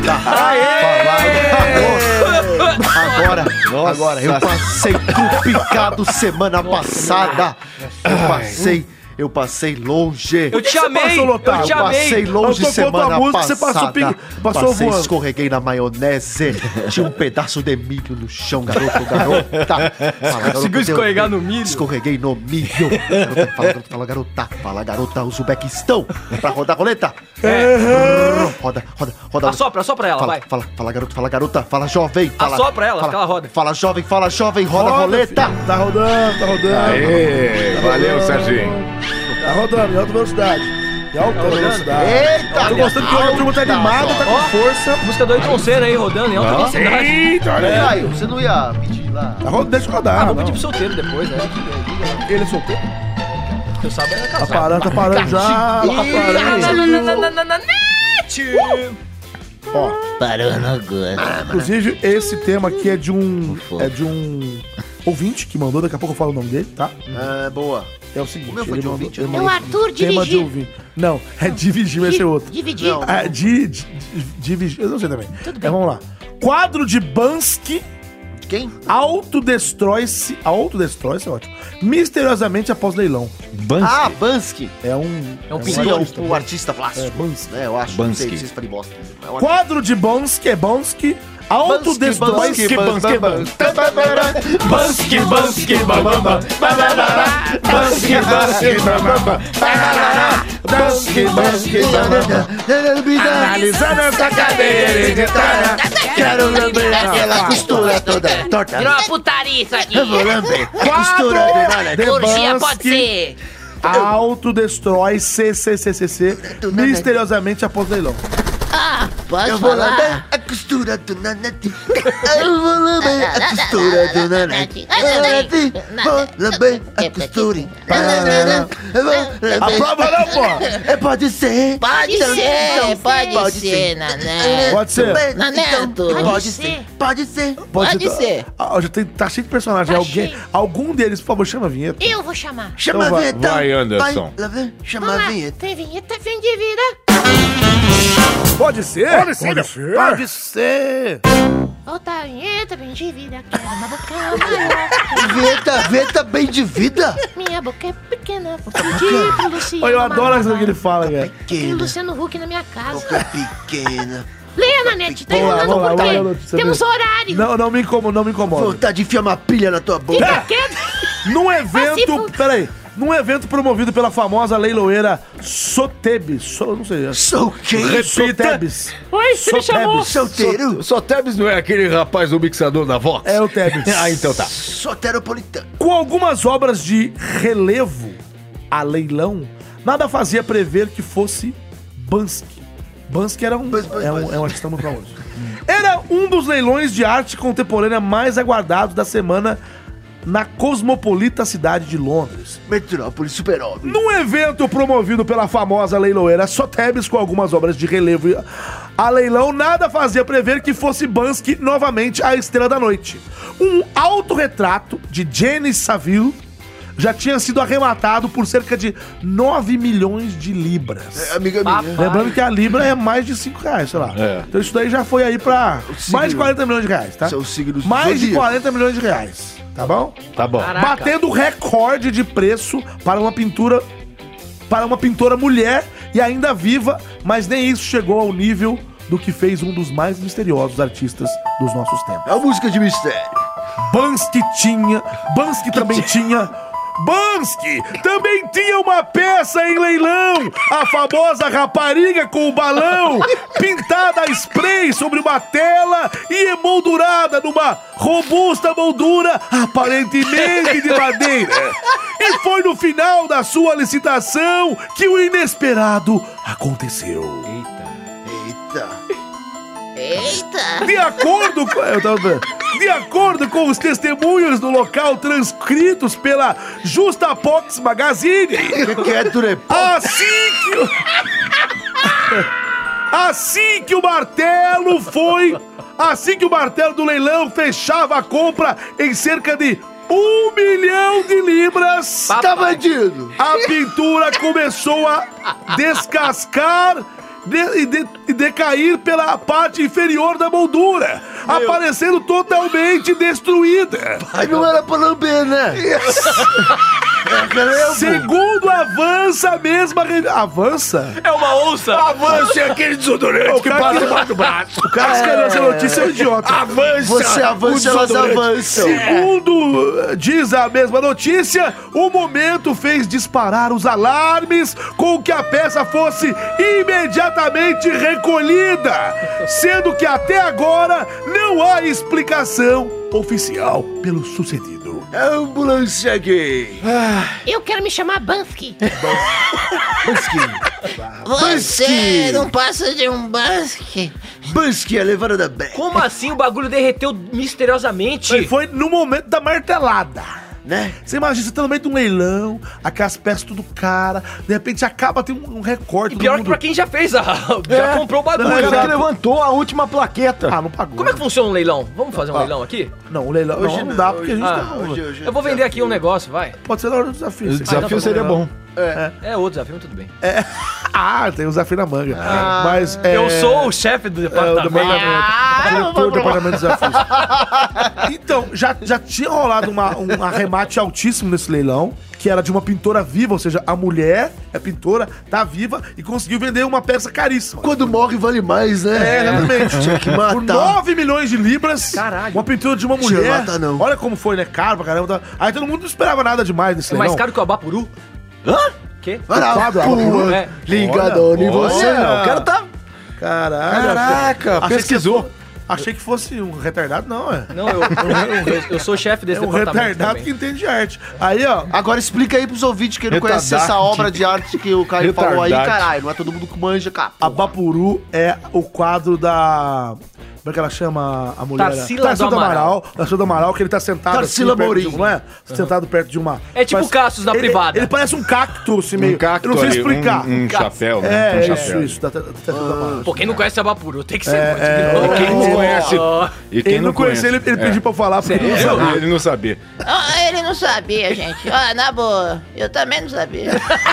Agora, eu passei trupicado semana passada. Eu passei longe. Eu te amei, Passei longe semana passada. Passou voando. Escorreguei na maionese. Tinha um pedaço de milho no chão, garota. Conseguiu escorregar no milho? Escorreguei no milho. Garota, fala, garota. Uzbequistão. Pra rodar a roleta. Roda. Assopra ela, vai. Fala, garota. Fala, jovem. Assopra ela, que ela roda. Fala, jovem, roda a roleta. Tá rodando. Aê, valeu, Serginho. Tá rodando, em alta velocidade. Eita! Eu tô gostando que a turma tá animada, tá com força. Música do Ayrton Senna aí, rodando em alta velocidade. Eita, Caio, você não ia pedir lá? Tá rodando, deixa eu rodar. Vou pedir pro solteiro depois, né? Ele é solteiro? Eu sabe, era casado. Tá parando já. Ó, parou no gosto. Inclusive, esse tema aqui é de um ouvinte que mandou, daqui a pouco eu falo o nome dele, tá? Boa. É o seguinte, o meu foi de ouvinte? É o Arthur tema de dirigir. ouvinte. Não, é dividir, vai ser outro. Dividir. Não. Dividir, eu não sei também. Vamos lá. Quadro de Bansky Quem? autodestrói-se, é ótimo, misteriosamente após leilão. Bansky. É um Sim, o artista plástico. É, Bansky. Eu acho. Bansky. Não sei se vocês falem bosta. Quadro de Bansky autodestrói-se. Analisando essa cadeira editada, quero lamber aquela costura toda torta. Virou uma putaria isso aqui. Eu vou lamber a costura toda. Orgia pode ser. autodestrói-se misteriosamente após leilão. Pode Eu vou lamber falar. a costura do Nanete. Eu vou lamber a costura do Nanete. Vou lamber a costura. Eu vou lamber. Aprova não, pô! Pode ser. Pode ser, Nané. Pode ser. Naneto. Pode ser. Pode ser. Já tá cheio de personagem. Algum deles, por favor, chama a vinheta. Eu vou chamar. Chama Então a vinheta. vai, Anderson. Chama Vamos a lá. vinheta. Tem vinheta, fim de vida. Pode ser? Pode ser. Volta a vinheta, fim de vida. Quero uma boca maior. Vinheta bem de vida. Minha boca é pequena. Vou pedir pro Luciano. Olha, eu adoro aquilo que ele fala, cara. Tem Luciano Huck na minha casa. Boca pequena. Leia, Nanete. Tá Vamos lá, enrolando vamos por lá, quê? vamos lá, Temos horário. Não me incomoda. Vontade de enfiar uma pilha na tua boca. Fica quieto. Num evento, Assim, peraí, Num evento promovido pela famosa leiloeira Sotebis. Não sei. Sou quem? Sotebis. Oi, você me chamou. Solteiro? Sotebis não é aquele rapaz do mixador da Vox? É o Tebis. Ah, então tá. Soteropolitano. Com algumas obras de relevo a leilão, nada fazia prever que fosse Bansky. Bansky era é um artista muito famoso. Era um dos leilões de arte contemporânea mais aguardados da semana na cosmopolita cidade de Londres. Metrópole super-homem. Num evento promovido pela famosa leiloeira Sotheby's com algumas obras de relevo a leilão, nada fazia prever que fosse Bansky novamente a estrela da noite. Um autorretrato de Janice Saville já tinha sido arrematado por cerca de 9 milhões de libras. Amiga minha. Lembrando que a libra é mais de R$5, sei lá. É. Então isso daí já foi aí pra mais de 40 milhões de reais, tá? São signos do Mais de zodíaco. 40 milhões de reais, tá bom? Tá bom. Caraca. Batendo recorde de preço para uma pintura mulher e ainda viva, mas nem isso chegou ao nível do que fez um dos mais misteriosos artistas dos nossos tempos. É a música de mistério. Bansky também tinha uma peça em leilão, a famosa rapariga com o balão, pintada a spray sobre uma tela e emoldurada numa robusta moldura, aparentemente de madeira. E foi no final da sua licitação que o inesperado aconteceu. Eita! De acordo com os testemunhos do local transcritos pela Justapox Magazine, Que é Turep? assim que o martelo do leilão fechava a compra em cerca de 1 milhão de libras, Tá bandido. a pintura começou a descascar e decair pela parte inferior da moldura, aparecendo totalmente destruída. Aí não era pra lamber, né? Segundo avança a mesma... Avança? É uma onça. Avance aquele desodorante que passa debaixo do braço. O cara que escreveu essa notícia é um idiota. Avança. Você avança, elas avançam. Segundo diz a mesma notícia, o momento fez disparar os alarmes com que a peça fosse imediatamente recolhida, sendo que até agora não há explicação oficial pelo sucedido. Ambulância gay. Eu quero me chamar Bansky. Você não passa de um Bansky. Bansky, a levada da Beck. Como assim o bagulho derreteu misteriosamente? Foi no momento da martelada. Né? Você imagina, você tá no meio de um leilão, aquelas peças tudo cara, de repente acaba, tem um recorte. E pior que pra quem já fez já comprou o bagulho. O cara Exato. que levantou a última plaqueta. Ah, não pagou. Como é que funciona um leilão? Vamos fazer um leilão aqui? Não, o leilão Hoje não dá, não, porque a gente Ah, tá... Hoje Eu vou vender aqui um negócio, vai. Pode ser na hora do desafio. O você desafio tá bom, seria tá bom. É outro desafio, tudo bem. Ah, tem o desafio na manga. Mas Eu sou o chefe do o departamento. diretor do departamento de desafios. Então, já tinha rolado um arremate altíssimo nesse leilão, que era de uma pintora viva, ou seja, a mulher é pintora, tá viva e conseguiu vender uma peça caríssima. Quando morre vale mais, né? Exatamente. Tinha que matar. Por 9 milhões de libras, Caralho. uma pintura de uma Tinha mulher. mata, não. Olha como foi, né? Caro pra caramba. Aí todo mundo não esperava nada demais desse É mais leilão. caro que o Abapuru? Hã? Quê? Quadro, Pua, É. ligadona em você. Olha, o cara tá... Caralho. Caraca, Achei pesquisou. que achei que fosse um retardado, não, é. Não, eu sou chefe É desse um departamento retardado também. que entende de arte. Aí, ó, Agora explica aí pros ouvintes que não conhece Retardado. essa obra de arte que o Caio falou aí, Retardado. caralho. Não é todo mundo que manja, cara. a Bapuru é o quadro da... Como é que ela chama a mulher? Tarsila do Amaral. Tarsila do Amaral, que ele tá sentado Tarsila perto Morim. de, não é? Sentado perto de uma... É tipo Cassius na ele, privada. Ele parece um cacto, assim, meio... Um cacto Eu não sei ali, explicar. um chapéu, né? É, Um isso, chapéu. isso. Tarsila do Amaral. Pô, quem não conhece Abapuru tem que ser muito é, Quem não conhece... E quem Ele não conhecia, ele pediu pra eu falar, porque ele não sabia. Ele não sabia. Ele não sabia, gente. Na boa, eu também não sabia.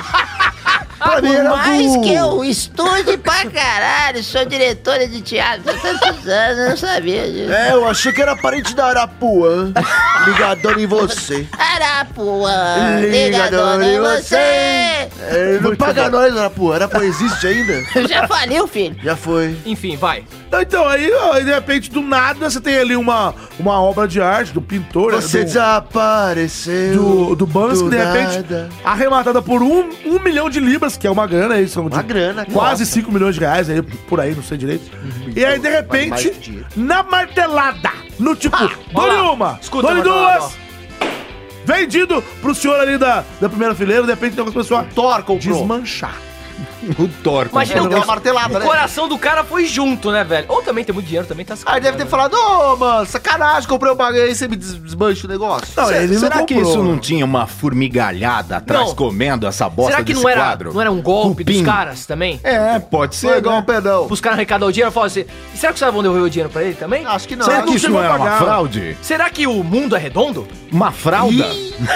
Pra mim Por era mais do... que eu estude pra caralho, sou diretora de teatro há tantos anos, eu não sabia disso. É, eu achei que era parente da Arapuã. Ligadona em você. Arapuã, Ligadona ligadona em em você. Não paga nós, Arapuã. Arapuã existe ainda? Já faliu, filho. Já foi. Enfim, vai. Então, aí, ó, de repente, do nada, você tem ali uma obra de arte do pintor, Você né, desapareceu. do Banksy, do de repente, nada. arrematada por 1 milhão de libras, que é uma grana, aí são Uma grana, quase 5 milhões de reais, aí, por aí, não sei direito. E aí, de mais repente, dinheiro. na martelada, no tipo, dole lá. uma, Escuta, dole martelada, duas, vendido pro senhor ali da primeira fileira, de repente, tem uma pessoa Thor comprou. desmanchar. O Thor. Imagina Deu uma martelada, o né? coração do cara foi junto, né, velho? Ou também tem muito dinheiro, também tá se Aí deve ter falado, ô, mano, sacanagem, comprei um bagulho aí, você me desmancha o negócio. Não, ele não Será que comprou. isso não tinha uma formigalhada atrás Não. comendo essa bosta Será que desse não era, quadro? não era um golpe dos Cupim. caras também? É, pode ser. Foi igual né? um pedão. Os caras arrecadar o dinheiro e falar assim, e será que os caras vão devolver o dinheiro pra ele também? Acho que não. Será não que isso chegou não a era uma pagar. fraude? Será que o mundo é redondo? Uma fralda?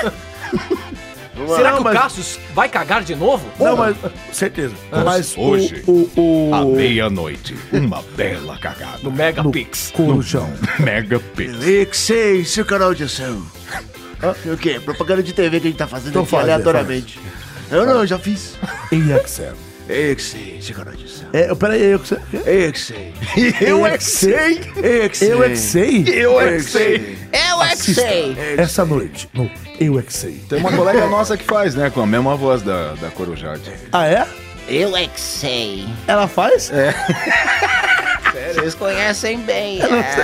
Será que mas- o Cassius vai cagar de novo? Não, mas... Certeza. Mas hoje, o À meia-noite, uma bela cagada. No Megapix. corujão. Mega Pix. Eu que sei, seu canal de ação. O quê? Propaganda de TV que a gente tá fazendo Então aqui faz, aleatoriamente. Eu não, eu já fiz. Em Excel. Eu que sei, seu canal de ação. Peraí, eu que sei. Eu que sei. Eu é que sei. Eu que sei. Eu é que sei. Eu é que sei. Eu é que Assista sei. essa noite no Eu é que sei. Tem uma colega nossa que faz, né? Com a mesma voz da Corujade. Ah, é? Eu é que sei. Ela faz? Vocês conhecem bem.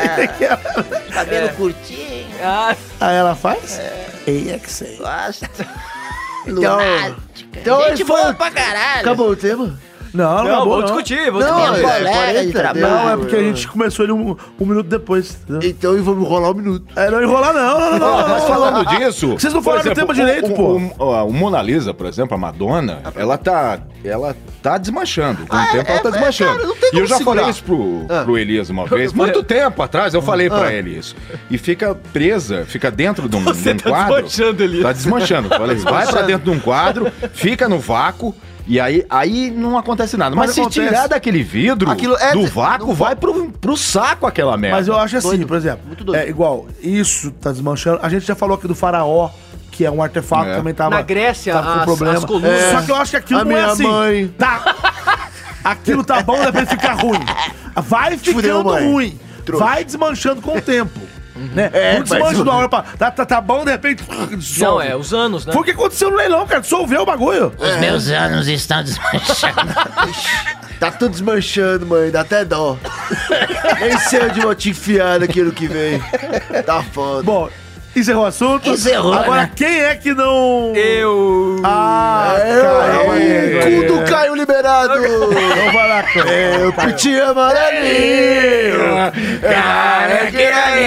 Cabelo curtinho. Ah, Ah, ela faz? Eu é que sei. Gosto. Lunática. então Gente ele boa foi- pra caralho. Acabou o tema? Não, não, acabou, vamos discutir, vamos Não, discutir. Minha colega de trabalho. Não, é porque a gente começou ele um minuto depois. Entendeu? Então vamos rolar um minuto. Não enrolar, não. Mas falando disso... Vocês não por falaram do tema direito, pô. O Mona Lisa, por exemplo, a Madonna, ela tá desmanchando. Com o tempo ela tá desmanchando. cara, não tem E eu como já segurar. falei isso pro Elias uma vez. Muito tempo atrás eu falei pra ele isso. E fica presa, fica dentro de um quadro. desmanchando, Elias. Tá desmanchando. Falei, vai pra dentro de um quadro, fica no vácuo. E aí não acontece nada. Mas se acontece. tirar daquele vidro, Aquilo é- do vácuo, vai pro saco aquela merda. Mas eu acho assim, Doido. por exemplo, Muito doido. é igual, isso tá desmanchando. A gente já falou aqui do faraó, que é um artefato que também tava... Na Grécia, tava com as- problema. as colunas. Só que eu acho que aquilo A não é minha assim. mãe. Tá. Aquilo tá bom, depois fica ruim. Vai ficando Fudeu, mãe. ruim. Vai desmanchando com o tempo. Né? Não desmancha mas- de uma hora pra... Tá bom, de repente... Não, dissolve. é, os anos, né? Foi o que aconteceu no leilão, cara. Dissolveu o bagulho. Os meus anos estão desmanchando. Tá tudo desmanchando, mãe, dá até dó. Nem sei onde vou te enfiar naquilo que vem. Tá foda. Bom, encerrou o assunto. Encerrou, Agora, né? quem é que não... Eu... Ah, Cu do Caio liberado! Então vai lá, Caio. Eu pedi amarelinho! Cara, que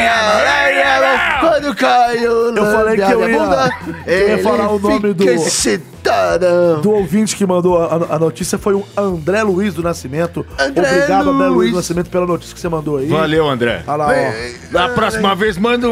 quando Caio Eu falei que eu ia falar o nome do- excitado. Do ouvinte que mandou a notícia foi o André Luiz do Nascimento. André Obrigado, André Luiz Luiz. do Nascimento, pela notícia que você mandou aí. Valeu, André. Olha lá, ó. Da próxima vez manda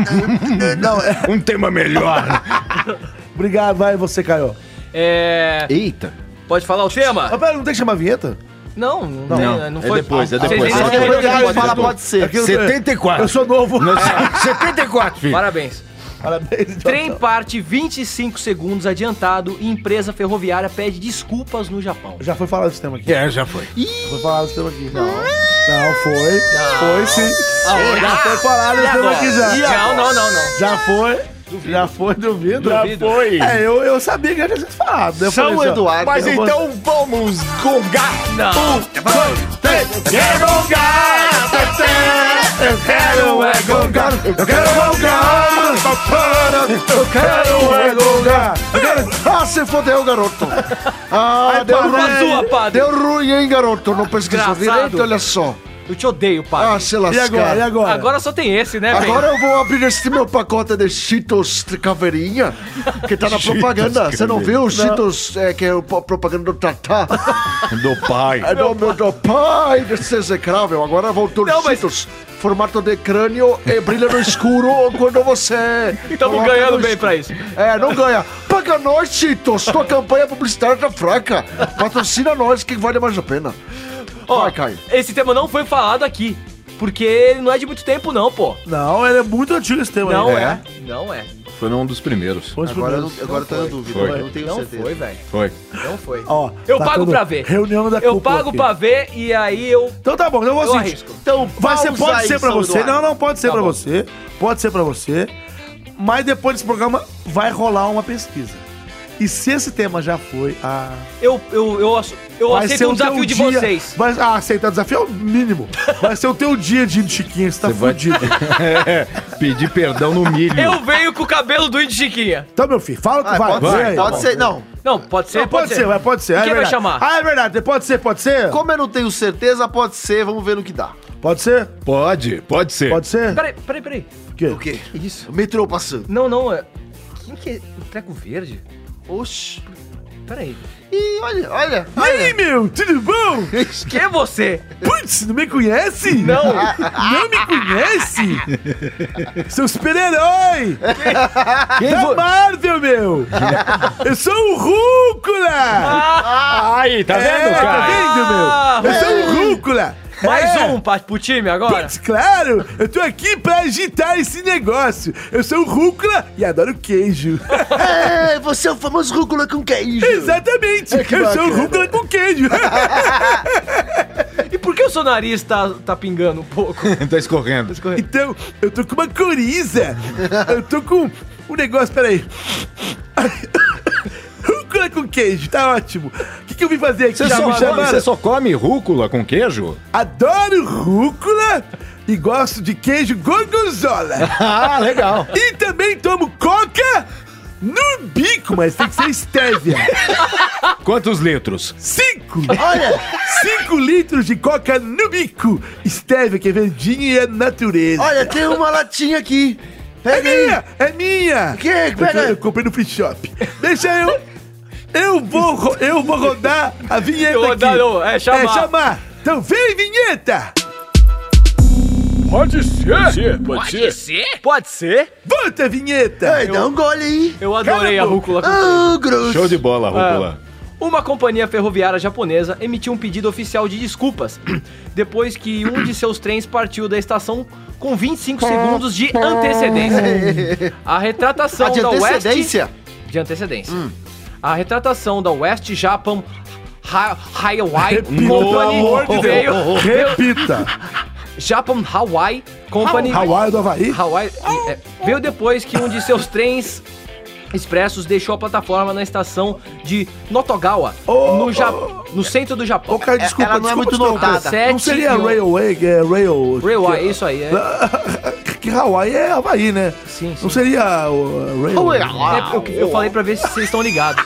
um tema melhor. Obrigado, vai você, Caio. É... Eita. Pode falar o tema? Mas pera, não tem que chamar a vinheta? Não, Não, não é foi. depois, é Vocês depois. nem Só sabiam depois que que pode fala, ser. pode ser. Aquilo- 74. Eu sou novo. 74, filho. Parabéns. Parabéns. então. Trem parte 25 segundos adiantado e empresa ferroviária pede desculpas no Japão. Já foi falado esse tema aqui. É, já foi. Foi falado esse tema aqui. Não, foi. Foi sim. Aonde? Já foi falado E esse tema agora? aqui já. Não. Já foi. Já foi, duvido. Já Duvido. foi. Eu sabia que já tinha sido falado. Eu falei São assim, ó, Eduardo. Mas Eu vou- então vamos gongar. Não. Quero gongar, eu quero é gongar, eu quero gongar, eu quero é gongar, eu quero... Ah, se fodeu, garoto. Ah, Ai, deu padre. ruim. Sua, padre. Deu ruim, hein, garoto. Não pesquisou Desgraçado. direito, olha só. Eu te odeio, pai. Ah, se E lascar. agora, e agora? Agora só tem esse, né, velho? Agora eu vou abrir esse meu pacote de Cheetos de caveirinha, que tá na propaganda. Você não viu os Cheetos, que é a propaganda do Tatá? Do pai. É do meu do pai desse execrável. Agora voltou Não, os mas- Cheetos. Formato de crânio e brilha no escuro quando você... Estamos coloca ganhando no bem escuro. pra isso. É, não ganha. Paga nós, Cheetos. Tua campanha publicitária tá fraca. Patrocina nós que vale mais a pena. Ó, Vai, Caio. esse tema não foi falado aqui. Porque ele não é de muito tempo, não, pô. Não, ele é muito antigo esse tema Não aí. é. Não é. Foi num dos primeiros. Agora eu tô na dúvida. Foi. Eu não tenho Não certeza. foi, velho. Foi. Não foi. Ó, Eu tá pago tendo pra ver. Reunião da Eu cúpula pago aqui. pra ver e aí eu... Então tá bom, então eu vou Eu seguinte. arrisco. Então, Pode ser pra São você. Eduardo. Não, pode ser Tá pra bom. você. Pode ser pra você. Mas depois desse programa vai rolar uma pesquisa. E se esse tema já foi, Eu vai aceito ser um o teu desafio de dia. vocês. Aceitar o desafio é o mínimo. Vai ser o teu dia de Chiquinha, você tá fudido. Pedir perdão no milho. Eu venho com o cabelo do Índio Chiquinha. Então, meu filho, fala o que vai. Pode ser, aí. pode ser. Não, Não, pode ser, Não, pode ser. E É quem vai verdade. chamar? Ah, é verdade. Pode ser. como eu não tenho certeza, pode ser. Vamos ver no que dá. Pode ser? Pode ser. Pode ser? Peraí. O quê? O quê? Isso. O metrô passando. Não, é... Quem que é o treco verde? Oxi. Peraí. Ih, olha. E aí, meu? Tudo bom? Quem é você? Putz, não me conhece? Não. Não me conhece? Sou super-herói! Da Marvel, meu! Eu sou o Rúcula! Aí, tá vendo, Tá cara? vendo, meu? Eu sou o Rúcula! Mais É. um pro time agora? Putz, claro! Eu tô aqui pra agitar esse negócio! Eu sou o Rúcula e adoro queijo! É, você é o famoso rúcula com queijo. Exatamente! que Eu sou o bacana. Rúcula com queijo! E por que o seu nariz tá pingando um pouco? Tá escorrendo. Então, eu tô com uma coriza! Eu tô com um negócio, peraí! Rúcula com queijo, tá ótimo! O que eu vim fazer aqui? Você Já me chamaram? você só come rúcula com queijo? Adoro rúcula e gosto de queijo gorgonzola. Ah, legal. E também tomo coca no bico, mas tem que ser stevia. Quantos litros? 5! Olha, 5 litros de coca no bico. Stevia, que é verdinha e é natureza. olha, tem uma latinha aqui. É Pega aí. minha! É minha! Que? Pega Eu aí. comprei no free shop. Deixa eu vou rodar a vinheta Rodar, aqui. não, é chamar. É chamar. Então vem, vinheta! Pode ser. Pode ser? Volta, vinheta! Ai, dá um gole aí. Eu adorei a Cala a rúcula com Ah, grosso. Show de bola, rúcula. Uma companhia ferroviária japonesa emitiu um pedido oficial de desculpas depois que um de seus trens partiu da estação com 25 segundos de antecedência. A retratação De da West... antecedência? De antecedência. A retratação da West Japan Highway Repita, pelo amor de veio... Deus. Repita. Japan Hawaii Company... Hawaii do Havaí? Veio depois que um de seus trens expressos deixou a plataforma na estação de Notogawa, no centro do Japão. Ô, cara, desculpa, Ela não é muito notada. Não seria Sete- Railway, Railway, isso aí, é. Que Hawaii é Havaí, né? Sim, sim. Não seria o Railway. Eu falei pra ver se vocês estão ligados.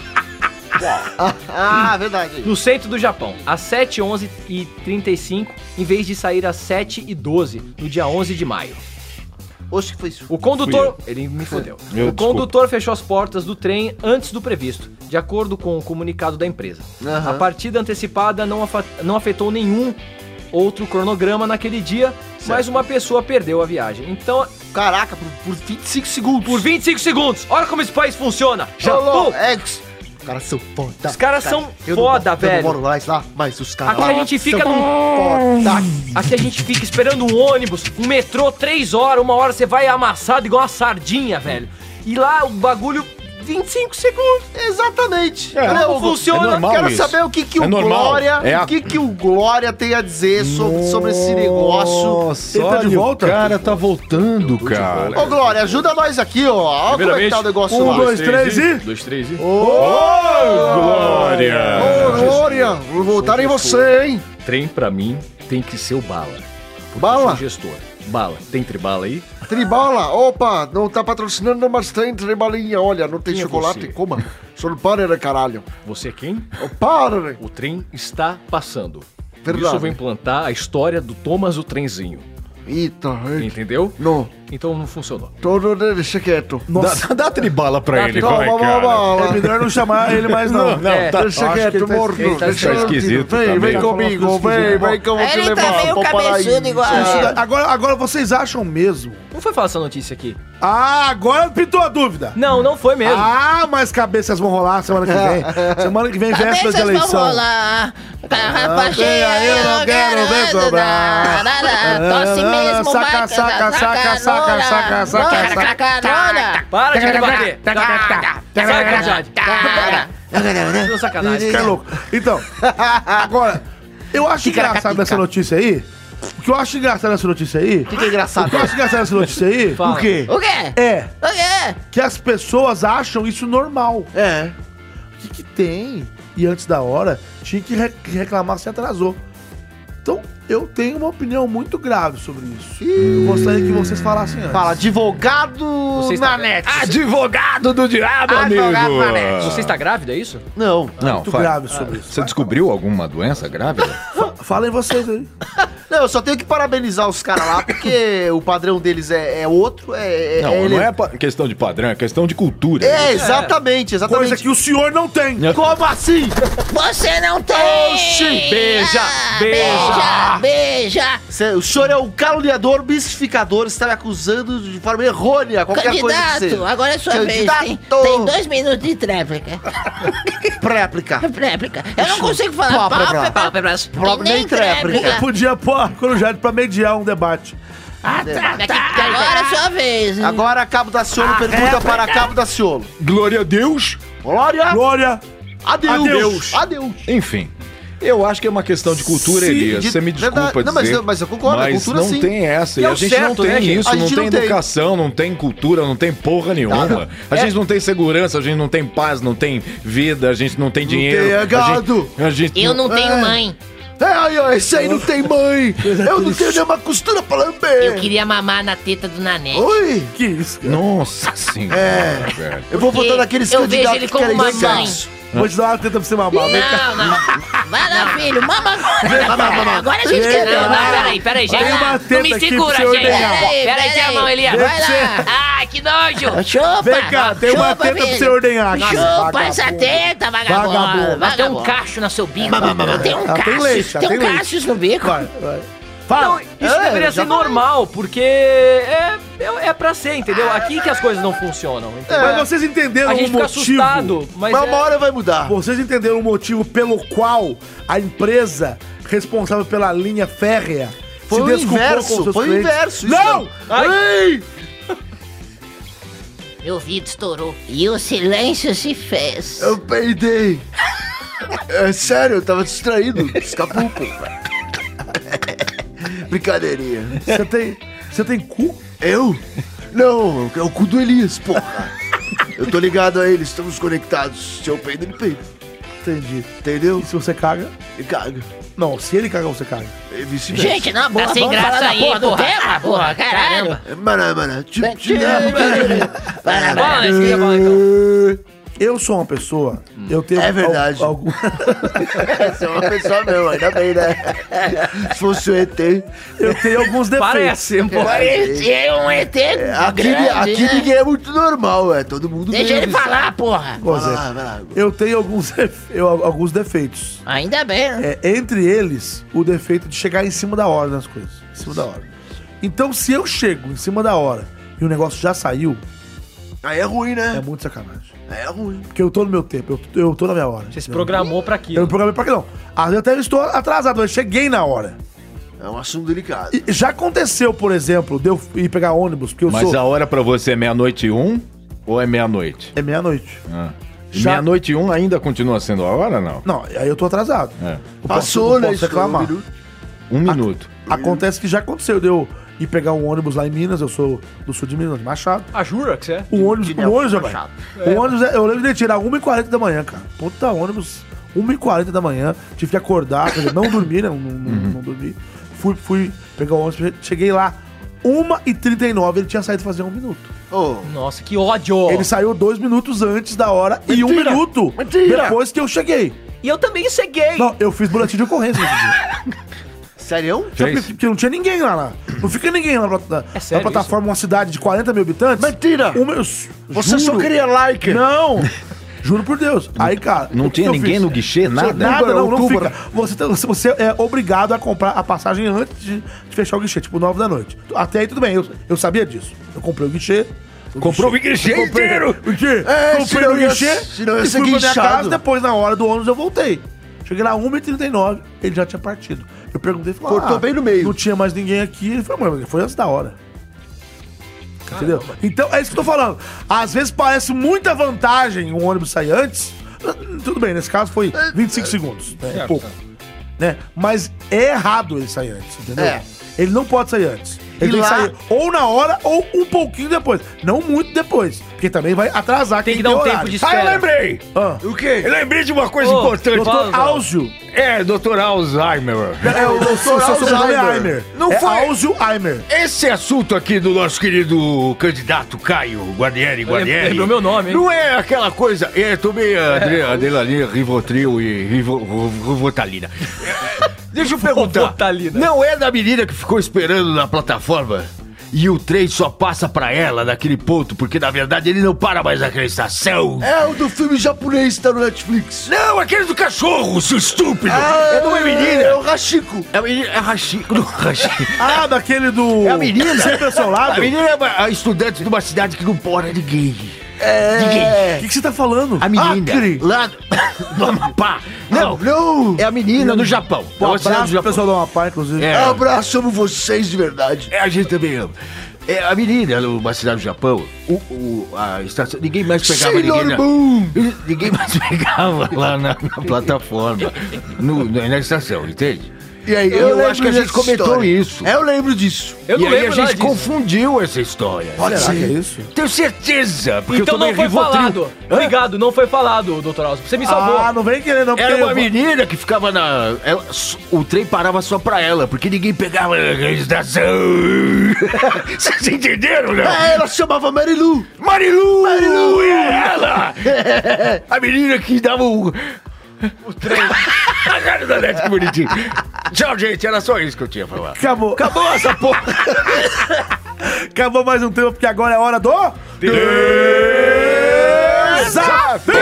Ah, verdade. No centro do Japão, às 7h11h35, em vez de sair às 7h12, no dia 11 de maio. Oxe, que foi isso? O condutor... Ele me fodeu. O condutor fechou as portas do trem antes do previsto, de acordo com o comunicado da empresa. Aham. A partida antecipada não afetou nenhum outro cronograma naquele dia, mas uma pessoa perdeu a viagem. Então, Caraca, por 25 segundos. por 25 segundos, olha como esse país funciona. Japão! Os caras são foda. Os caras são Eu não foda, moro- velho. Eu não moro mais lá, mas os caras Aqui lá a gente fica são num... foda. Aqui a gente fica esperando um ônibus, um metrô, 3 horas, 1 hora você vai amassado igual uma sardinha, velho. E lá o bagulho, 25 segundos. Exatamente. Como funciona? é normal Quero isso. saber o que É o normal. Glória, É a- o que o Glória tem a dizer sobre esse negócio. Nossa, Ele tá de olha, volta? o cara tá voltando, cara. Ô, Glória, ajuda nós aqui, ó. Olha como é que tá o negócio 1, lá. 2, 3 e... 2, 3 e... Glória! Ô, Glória, vou voltar em você, hein? Trem pra mim tem que ser o bala. Bala, O gestor. Bala. Tem tribala aí? tribala. Opa, não tá patrocinando, mas tem tribalinha. Olha, não tem Quem é chocolate, você? coma. Só não para, né, caralho. Você é quem? Ô, para, né? O trem está passando. Por Verdade. isso eu vou implantar a história do Thomas o Trenzinho. Eita, Entendeu? não. Então não funcionou. Todo deixa quieto. Dá tribala pra ele, Toma, vai, cara. É melhor não chamar ele mais não. É, tá, Deixa acho que quieto, ele tá- morto. ele tá Deixa esquisito, Vem, tá vem meio- comigo, vem que eu vou te Ele tá levar meio pro cabeçudo paraíso. igual. Agora vocês acham mesmo? Não foi falar essa notícia aqui? Ah, agora pintou a dúvida. Não foi mesmo. Ah, mas cabeças vão rolar semana que vem. Semana que vem, véspera de Cabeças vão eleição. rolar. Garrafa Ok, cheia, aí eu não quero ver sobrar. Tosse mesmo, Saca, vai saca, casar, saca, carona. Para de debater. Sai, Cajade. Não sacanagem. Fica louco. Então, agora, eu acho engraçado nessa notícia aí. O que eu acho engraçado nessa notícia aí. O que é engraçado? O que eu acho engraçado nessa notícia aí. Fala. O quê? O quê? É O quê? que as pessoas acham isso normal. É. O que tem? E antes da hora, tinha que reclamar se atrasou. Então, eu tenho uma opinião muito grave sobre isso. Eu gostaria que vocês falassem antes. Fala, advogado Você está- na net. Advogado do diabo, Advogado amigo! na net. Você está grávida, é isso? Não. Não, Muito grave sobre isso. Você descobriu alguma doença grávida? Falem vocês aí. Não, eu só tenho que parabenizar os caras lá, porque o padrão deles é outro. Não é questão de padrão, é questão de cultura. É, exatamente. Coisa que o senhor não tem. Como assim? Você não tem! Oxi! Beija, Beija! O senhor é um caluniador, mistificador, está me acusando de forma errônea, qualquer coisa que seja. Candidato, agora é sua vez. Candidato. Tem 2 minutos de tréplica. Réplica. Réplica. Eu não consigo falar pálpebras. Nem tréplica. Podia pôr a Corujade pra mediar um debate. Agora é sua vez. Agora, Cabo Daciolo pergunta para Cabo Daciolo. Glória a Deus! Glória Glória. Adeus. Adeus. Enfim. Eu acho que é uma questão de cultura, Sim, Elias. Você me desculpa Verdade. dizer. Mas eu concordo, a Mas cultura não sim. tem essa. E E é a o gente certo, não tem né, gente? isso, A não gente tem não tem. educação, não tem cultura, não tem porra nenhuma. A gente não tem segurança, a gente não tem paz, não tem vida, a gente não tem dinheiro. tem gado. A gente Eu não tenho mãe. Esse aí não tem mãe. Eu não tenho nenhuma costura pra lamber. Eu queria mamar na teta do Nanete. Oi. Que isso, cara? Nossa senhora, velho. Eu vou votar naqueles eu vejo candidatos ele que como querem uma sexo. mãe. Vou te dar uma teta pra você mamar. Vem cá. Não. Vai lá, filho. Mama agora. Agora a gente quer Não, mamar. peraí, Tem gente. uma Não teta me aqui segura, pra você gente. ordenhar. Peraí, tem a mão, Elias. Vai lá. Ai, que nojo. Chupa. Vem cá, tem uma chupa, teta pra filho. você ordenhar aqui. Chupa Vagabundo. essa teta, Vagabundo. vagabundo. Mas tem um cacho no seu bico. Tem um Ela tem leite, Cassius. ela Tem um tem leite. Cassius no bico. Vai. Fala. Não, isso deveria ser normal, porque é pra ser, entendeu? Aqui que as coisas não funcionam. Entendeu? Mas vocês entenderam A o gente fica motivo? assustado, mas Mas uma hora vai mudar. Vocês entenderam o motivo pelo qual a empresa responsável pela linha férrea Foi o inverso, foi o clientes? inverso, isso Não! Ei! Meu ouvido estourou. E o silêncio se fez. Eu peidei. É sério, eu tava distraído. Escapou, pô. Brincadeirinha. Você tem cu? Eu? Não, é o cu do Elias, porra. Eu tô ligado a ele, estamos conectados. Se eu peido, ele peida. Entendi. Entendeu? E se você caga? Ele caga. não, se ele caga, você caga. É vice-versa. Gente, na boa, Tá sem vamos graça falar da aí, porra do porra. tema, porra. Caramba. Mano. Fala, isso que eu ia falar, então. Eu sou uma pessoa, eu tenho... É verdade. Você é uma pessoa mesmo, ainda bem, né? Se fosse o ET. Eu tenho alguns defeitos. Parece, pô. Parecia um ET Aqui grande, né? ninguém é muito normal, é todo mundo Deixa meio ele bizarro. falar, porra. Pois é. Vai lá. Eu tenho alguns defeitos. Ainda bem, né? Entre eles, o defeito de chegar em cima da hora nas coisas. Em cima da hora. Então, se eu chego em cima da hora e o negócio já saiu, Aí é ruim, é né? muito sacanagem. Aí é ruim. Porque eu tô no meu tempo, eu tô na minha hora. Você se entendeu? programou pra Eu aquilo. não programei pra quê, não. Às vezes até estou atrasado, mas cheguei na hora. É um assunto delicado. E já aconteceu, por exemplo, de eu ir pegar ônibus, porque eu Mas sou... a hora pra você é 00:01 ou é meia-noite? É meia-noite. Ah. E Já- 00:01 ainda continua sendo a hora, não? Não, aí eu tô atrasado. É. Eu Passou, não né? posso reclamar. Isso, 1 minuto. Acontece que já aconteceu de eu ir pegar um ônibus lá em Minas, eu sou do sul de Minas, de Machado. Ah, jura que você é? O ônibus, Machado. o ônibus, eu lembro de tirar 1h40 da manhã, cara. Puta ônibus, 1h40 da manhã, tive que acordar, quer dizer, não dormi, né? Não dormi. Fui pegar o ônibus, cheguei lá, 1h39, ele tinha saído fazer 1 minuto. Ô, Nossa, que ódio! Ele saiu 2 minutos antes da hora e 1 Mentira! minuto Mentira! depois que eu cheguei. E eu também cheguei! Não, eu fiz boletim de ocorrência nesse dia. sério? Fez? Porque não tinha ninguém lá. Não fica ninguém lá na sério plataforma, uma cidade de 40 mil habitantes. Mentira! Você só queria like. Não! Juro por Deus. Aí, cara... Não o que tinha eu ninguém fiz? no guichê, nada? Nada, não Outubro. fica. Você é obrigado a comprar a passagem antes de fechar o guichê, tipo 9 da noite. Até aí tudo bem, eu sabia disso. Eu comprei o guichê. Comprou o guichê inteiro! O quê? É, comprei senão o ia- guichê senão ia e ser fui pra minha guinchado. casa, depois na hora do ônibus eu voltei. Cheguei lá 1h39, ele já tinha partido. Eu perguntei, falei, Cortou bem no meio. Não tinha mais ninguém aqui. Ele falou, mano, foi antes da hora. Entendeu? Então, é isso que eu tô falando. Às vezes parece muita vantagem um ônibus sair antes. Tudo bem, nesse caso foi 25 segundos. Né? É pouco. Né? Mas é errado ele sair antes, entendeu? Ele não pode sair antes. Ele tem que sair ou na hora ou um pouquinho depois. Não muito depois. Porque também vai atrasar. Tem que dar um tempo de espera. Eu lembrei! O quê? Eu lembrei de uma coisa importante. Doutor Áuzio. Doutor Alzheimer. O doutor Alzheimer. Não foi Alzheimer. Esse assunto aqui do nosso querido candidato Caio Guarnieri. Lembrou meu nome, hein? Não é aquela coisa... tomei adrenalina, Rivotril e Rivotalina. Deixa eu perguntar. Rivotalina. Não é da menina que ficou esperando na plataforma e o trem só passa pra ela naquele ponto, porque na verdade ele não para mais naquela estação? É o do filme japonês que tá no Netflix. Não, aquele do cachorro, seu estúpido. Não é menina. É o Hachiko. É a menina, é Hachiko. Daquele do... É a menina. Sempre ao seu lado. A menina é a estudante de uma cidade que não pode ninguém. O que você tá falando? A menina. Acre. Lá no Amapá. Não. É a menina no Japão. Um abraço pro pessoal do Amapá, inclusive. Abraço, amo vocês de verdade. A gente também ama. É a menina numa cidade do Japão, a estação, ninguém mais pegava ninguém mais pegava lá na plataforma, na estação, entende? E aí, eu acho que a gente comentou isso. Eu lembro disso. Eu não e aí lembro a gente nada disso. confundiu essa história. Pode Será ser. que é isso? Tenho certeza. Porque Então eu tomei não foi Rivotril. falado. Obrigado, não foi falado, doutor Alzo. Você me salvou. Não vem querer não. Era uma menina que ficava o trem parava só pra ela, porque ninguém pegava a estação. Vocês entenderam, né? Ela se chamava Marilu. Marilu! É ela! A menina que dava o trem. A cara da Nete, que bonitinho. Tchau, gente. Era só isso que eu tinha pra falar. Acabou essa porra. Acabou mais um tema, porque agora é hora do... Desafio!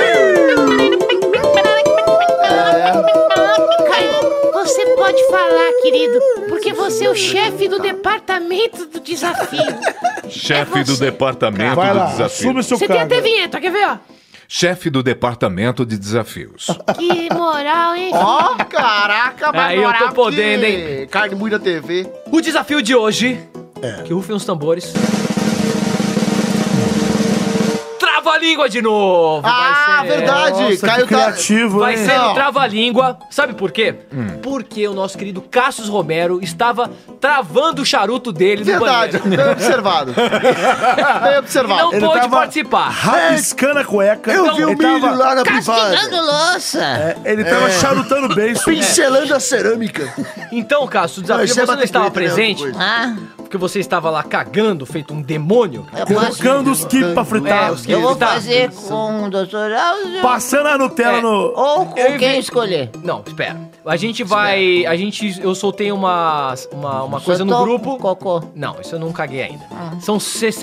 Caio, você pode falar, querido, porque você é o chefe do departamento do desafio. Chefe do departamento Vai lá, do desafio. assume o seu Você tem cargo. até vinheta, quer ver, ó? Chefe do departamento de desafios. Que moral, hein? Ó, caraca, mas Aí eu tô moral podendo, que hein? Carne moída TV. O desafio de hoje, que rufem os tambores. Trava-língua de novo. Ah, Vai ser- verdade. Nossa, Caio que tá... criativo, Vai hein? ser Não. no trava-língua. Sabe por quê? Porque o nosso querido Cassius Romero estava travando o charuto dele no Verdade, banheiro. bem observado. Bem E observado. não Ele pôde tava- participar. Rabiscando a cueca. Eu vi o ele tava, milho lá na privada. Castigando louça. ele tava charutando o beiço. Pincelando a cerâmica. Então, Cassius, o desafio Isso é você não bater estava peito, né, presente, outra Ah, porque você estava lá cagando, feito um demônio. eu posso... Colocando os quipes pra fritar. os Eu vou Tá. fazer com o doutor Alzo. Passando a Nutella no... Ou com Eu quem vi- escolher. Não, espera. A gente vai. Eu soltei uma coisa no Soltou grupo. Cocô. Não, isso eu não caguei ainda. São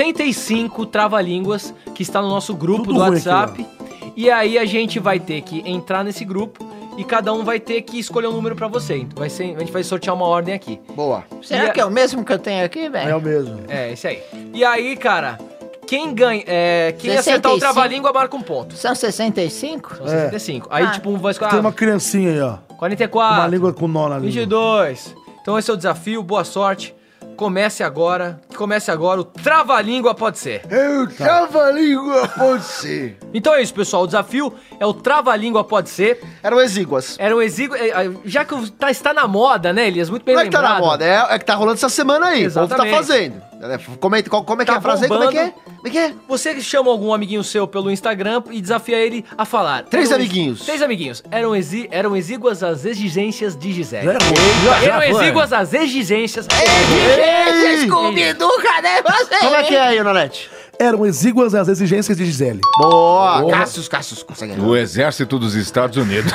65 trava-línguas que está no nosso grupo Tudo do ruim WhatsApp. E aí a gente vai ter que entrar nesse grupo e cada um vai ter que escolher um número pra você. Então a gente vai sortear uma ordem aqui. Boa. Será que é o mesmo que eu tenho aqui, É velho? o mesmo. É, esse aí. E aí, cara, quem ganha. Quem acertar o 65. trava-língua marca um ponto. São 65? São 65. Aí, Ah. tipo, um vai escolher. Tem uma criancinha aí, ó. 44. Uma língua com nó na língua. 22. Então esse é o desafio, boa sorte. Comece agora o trava-língua pode ser. Eu tava a língua, pode ser. Então é isso, pessoal, o desafio é o trava-língua pode ser. Eram exíguas. Era um exíguo, já que está na moda, né, Elias? Muito bem Não é que tá lembrado. na moda, é que tá rolando essa semana aí. O povo tá Exatamente. fazendo. Comenta, como é que Tá é a frase aí? Como é que é? bombando. Como é que é? Você chama algum amiguinho seu pelo Instagram e desafia ele a falar. Três Eram- amiguinhos. 3 amiguinhos. Eram exíguas as exigências de Gisele. Já errou. Eram exíguas as exigências. Ei! Scooby-Doo, cadê você? Como é que é aí, Nanete? Eram exíguas as exigências de Gisele. Boa! Cássius, consegue. O exército dos Estados Unidos.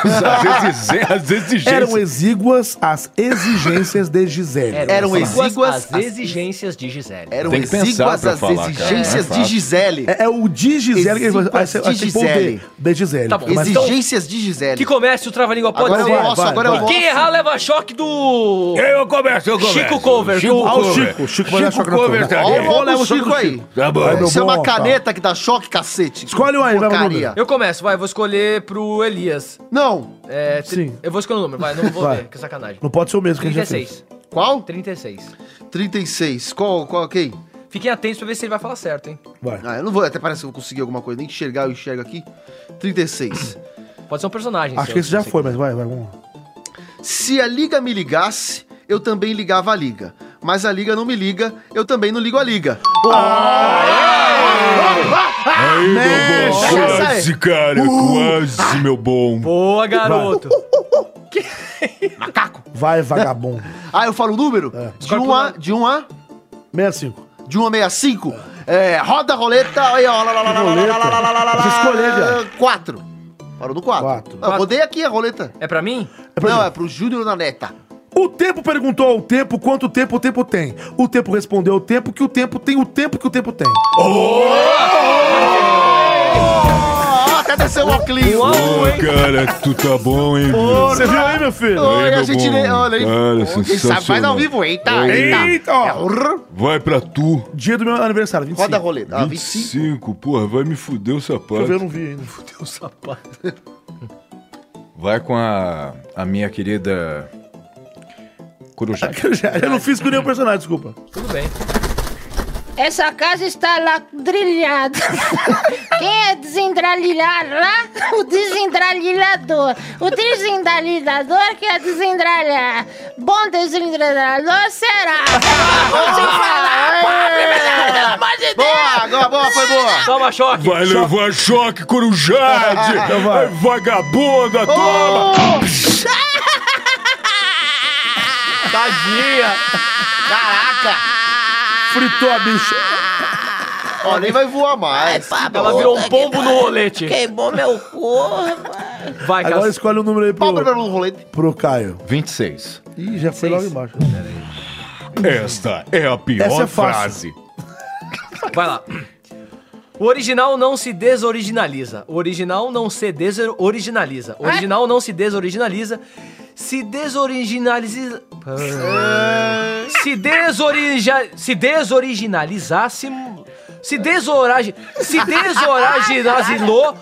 As exigências. Eram exíguas as exigências de Gisele. Eram exíguas as exigências de Gisele. Eram Tem que pensar exíguas pra as falar, cara. exigências Não é de Gisele. É o de Gisele que ele Exíguas vai ser de Gisele. de Gisele. Tá bom. Mas Exigências de Gisele. Que comece o trava-língua pode Agora eu ser. posso, vai, agora eu vai. posso. Quem errar leva choque do... Eu começo. Chico Cover. Chico do- Ah, o Cover. Chico vai dar choque na Cover tua. tá Olha aqui. o leva o Chico choque do aí. Chico. Tá bom. Vai, meu Isso é uma bom, caneta que dá choque, cacete. Escolhe um aí, vai, Porcaria. Bruno. Eu começo, vai, vou escolher pro Elias. Não. Sim. Eu vou escolher o número, vai, não vou Vai. ver, que sacanagem. Não pode ser o mesmo que a gente já fez. 36. Qual? 36. 36. Qual quem? Fiquem atentos pra ver se ele vai falar certo, hein? Vai. Ah, eu não vou, até parece que eu vou conseguir alguma coisa. Nem enxergar, eu enxergo aqui. 36. Pode ser um personagem. Acho que esse já foi, mas vai, vamos lá. Se a liga me ligasse, eu também ligava a liga. Mas a liga não me liga, eu também não ligo a liga. Aí, meu bom. Quase, cara. Quase, meu bom. Boa, garoto. Macaco. Vai, vagabundo. Ah, eu falo o número? De 1 a 65. De 1 a 65. Roda a roleta. Aí, ó. Você escolher, já. 4. Parou no 4. 4. Eu rodei aqui a roleta. É pra mim? Não, é pro Júnior na neta. O tempo perguntou ao tempo quanto tempo o tempo tem. O tempo respondeu ao tempo que o tempo tem o tempo que o tempo tem. Até desceu o óculos. Cara, tu tá bom, hein? Você viu aí, meu filho? Oi, meu a gente... bom. Olha aí. Cara, Quem sabe faz ao vivo. Eita. Eita, ó. Vai pra tu. Dia do meu aniversário, 25. Roda a roleta. Ah, 25. 25, porra, vai me fuder o Deixa eu sapato. ver, eu não vi ainda. Fudeu o sapato. Vai com a minha querida Coruja. Eu não fiz com nenhum personagem, desculpa. Tudo bem. Essa casa está ladrilhada. Quem é desendralhar lá? O desendralhador. O desendralhador quer desendralhar. Bom desendralhador será. Boa, foi boa. Toma choque. Vai levar choque, Corujade. vai. Vagabunda, toma. Tadinha. Caraca. Fritou a bicha. Ó, nem vai voar mais. Ela virou um pombo no rolete. Queimou meu cu, rapaz. Vai, Agora Cássio. escolhe um número aí Pau primeiro no pro, rolete. pro Caio. 26. Ih, já foi logo embaixo. Esta é a pior Essa é fácil. frase. Vai lá. O original não se desoriginaliza. O original não se desoriginaliza. O original não se desoriginaliza. Se desoriginaliza... Se desoriginalizasse... Se desoriginarizou,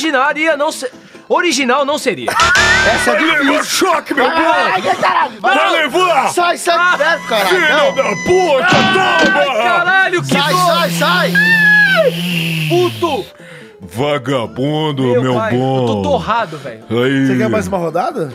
original não seria. Essa é Leva choque, meu bom. Vai levar. Sai, caralho. Filha da puta, toma. Caralho, que Sai. Puto. Vagabundo, meu pai, bom. eu tô torrado, velho. Aí. Você quer mais uma rodada?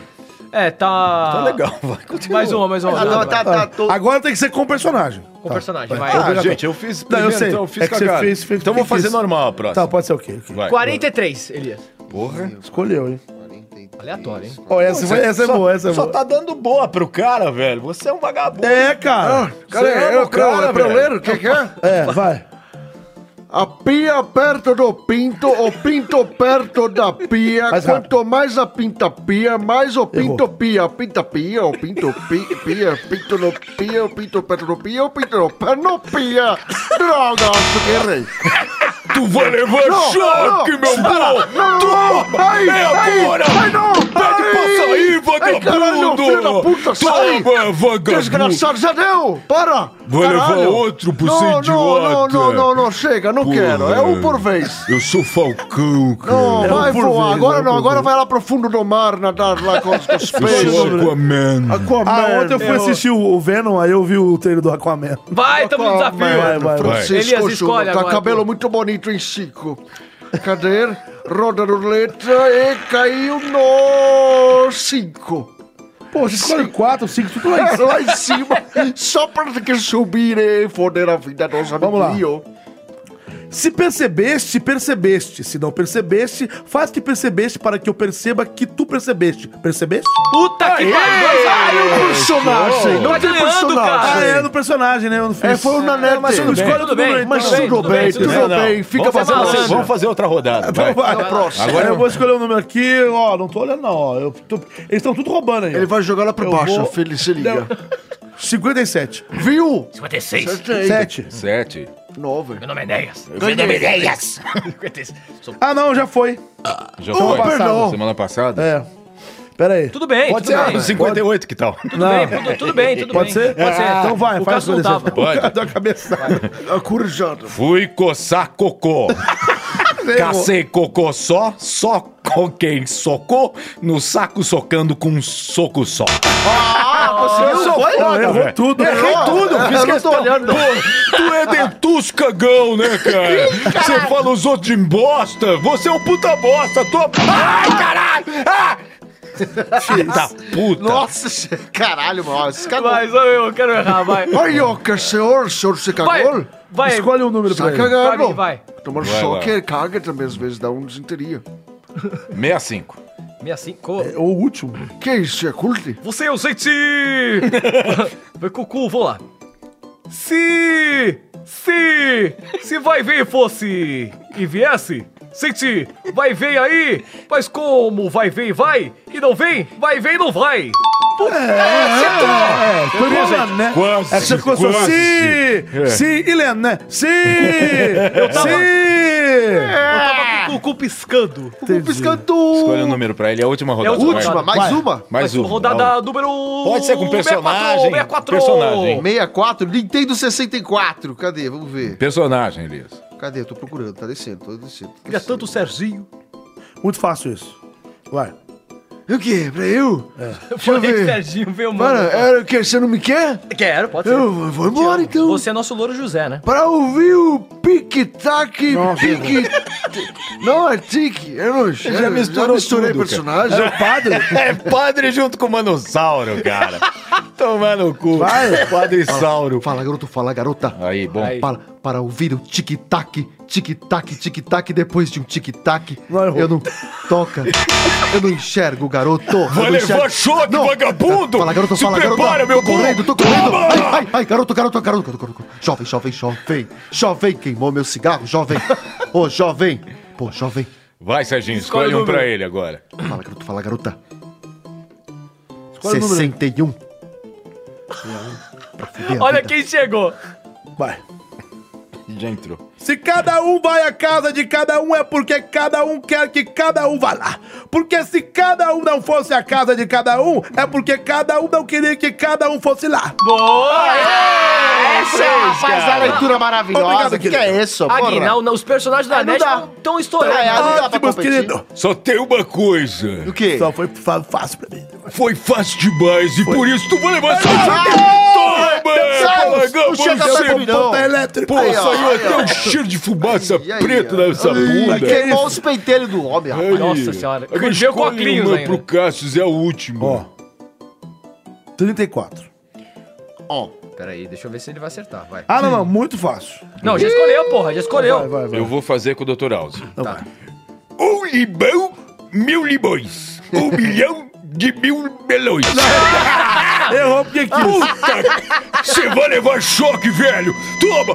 Tá Legal, vai continuar. Mais uma. Não, tá. Agora tem que ser com personagem. Com o personagem, vai. Gente, eu fiz Não, primeiro, eu sei. então eu fiz É que você cagada. fez Então vou que fazer quis. normal a próxima. Tá, pode ser o quê? Vai. 43, Elias. Porra. Escolheu, hein? Aleatório, hein? Ó, essa é boa, essa é Só boa. tá dando boa pro cara, velho. Você é um vagabundo. É, cara. Cara, é o cara, pra eu velho. ler? O que é? É, vai. A pia perto do pinto, o pinto perto da pia. Mais Quanto mais a pinta pia, mais o pinto Errou. pia. Pinta pia, o pinto pia, pinto no pia, o pinto perto do pia, o pinto no pé no pia. Droga, acho que errei. Tu vai levar choque, meu bom! Toma! Ai, É agora! ai, não! Pede pra sair, Ai, caralho, filho da vagabundo! puta, sai! Toma, vagabundo! Desgraçado, já deu! Para! Vai levar outro pro ser idiota! Não, chega, não Porra. quero. É um por vez. Eu sou Falcão, cara! Não, vai por voar. vez, Agora é não, por agora vez. vai lá pro fundo do mar, nadar lá com os Eu peixes. sou Aquaman! Ontem eu fui assistir o Venom, aí eu vi o trailer do Aquaman. Vai, tamo no desafio. Vai. Francisco Elias, Júnior, escolhe tá agora, cabelo pô. muito bonito em Chico. Cadê? Roda a roleta e caiu no 5. Pô, você escolhe 4, 5, tudo lá em É, cima. lá em cima, só pra que subir e foder a vida dos Vamos lá. amiguinhos. Se percebeste, percebeste. Se não percebeste, faz que percebeste para que eu perceba que tu percebeste. Percebeste? Puta que pariu! Personagem, não Tá tem ganhando, personagem. cara. Ah, é no personagem, né? Eu não fiz. Foi o Nanete. Mas tudo bem. Escolhe Tudo bem, mas tudo bem, tudo bem, tudo tudo bem. bem. Fica Vamos fazendo fazer, assim. vamos fazer outra rodada. Vai. Vai. próximo. Agora eu vou escolher um número aqui, ó, não tô olhando não, ó. Eles estão tudo roubando aí. ó. Ele vai jogar lá pra Eu baixo, vou- filho, se liga. Não. 57. Viu? 56. 7. 7. 9. Meu nome é Enéas. Ideias. 56. Ah, não, já foi. Já foi? perdão. Semana passada? É. Pera aí. Tudo bem, Pode tudo ser bem. 58, que tal? Tudo bem, tudo bem. Pode ser? Pode ser. Então vai, O faz Cássio não tava. Pode. Deu a cabeçada. Acurjado. Fui coçar cocô. Cacei cocô só com quem socou, no saco socando com um soco só. conseguiu? Foi? Errou tudo. Errei tudo. Fiz Eu não tô questão. olhando. Pô, tu é dentus cagão, né, cara? Você fala os outros de bosta. Você é um puta bosta. Ai, caralho! Ah! Filho da puta. Nossa, caralho, mano. Esse cara Vai, sou eu quero errar, vai. Ai, ó, que senhor se cagou? Vai, vai. Escolhe um número pra Tá ele. cagando. Vai. Tomar Vai choque lá. é carga também, às vezes dá um desinteria. 65. 65. O último. Que isso, é culte? Você, eu sei Vai, Cucu, vou lá. Se vai ver fosse e viesse, senti, vai ver aí, mas como vai ver e vai, e não vem, vai ver e não vai. Foi rolando, né? Quase, É que você ficou só, quase. sim, Helena, né? Sim, tava- sim. Eu tava com o cu piscando. piscando. Escolha o número pra ele. É a última rodada. Última, vai. mais uma. Mais uma. Rodada número... Pode ser com personagem. 64. Personagem. 64, Nintendo 64. Cadê? Vamos ver. Personagem, Elias. Cadê? Eu tô procurando, tá descendo, tô descendo. Queria tanto o Serginho. Muito fácil isso. Vai. O quê? Pra eu? Eu falei que ver. Serginho veio, Para, mano. era o quê? Você não me quer? Quero, pode ser. Eu vou embora, então. Você é nosso louro José, né? Pra ouvir o pique-taque, pique... Não, é tique. Eu não Já misturou misturei tudo, personagem. É o padre? É padre junto com o Manossauro, cara. Tomar no cu. Vai. Padre Sauro. Fala, garoto, fala, garota. Aí, bom. Aí. Para ouvir o tic-tac, tic-tac, tic-tac, depois de um tic-tac, Não, errou. eu não toca, eu não enxergo, garoto. Vai levar choque, vagabundo! Fala, garoto, Se fala, prepara, garoto. meu Tô correndo, tô correndo. Toma! Ai, garoto. Jovem, queimou meu cigarro, jovem. Ô, jovem. Pô, jovem. Vai, Serginho, escolhe um pra ele agora. Fala, garoto, fala, garota. Escolhe o número. 61. Pra fuder a Olha vida. quem chegou. Vai. Já entrou. Se cada um vai à casa de cada um é porque cada um quer que cada um vá lá. Porque se cada um não fosse à casa de cada um, é porque cada um não queria que cada um fosse lá. Boa! Essa é, rapaz, a leitura maravilhosa. Obrigado, O que querido. é isso, Agui, porra? não, os personagens da Aí não NET dá. estão estourando. Não dá pra Ótimos, competir. querido. Só tem uma coisa. O quê? Só foi fácil pra mim. Foi fácil demais e por isso tu vai levar essa Não chega perto de mim, não. Ponta elétrica. Pô, Aí, ó, saiu aí, até ó. um cheiro de fumaça E aí, preta ó. nessa bunda. Queimou os pentelhos do homem, rapaz. Nossa senhora. Agora Veio com escolhe óculos uma ainda. pro Cassius, é a última. Ó. 34. Ó, Peraí, deixa eu ver se ele vai acertar, vai. Ah, não, muito fácil. Não, já escolheu, porra, já escolheu. Vai. Eu vou fazer com o Dr. Alzo. Então vai. Um limão, 1000 limões. 1 milhão de 1000 melões. Errou porque quis. Puta! Você vai levar choque, velho! Toma!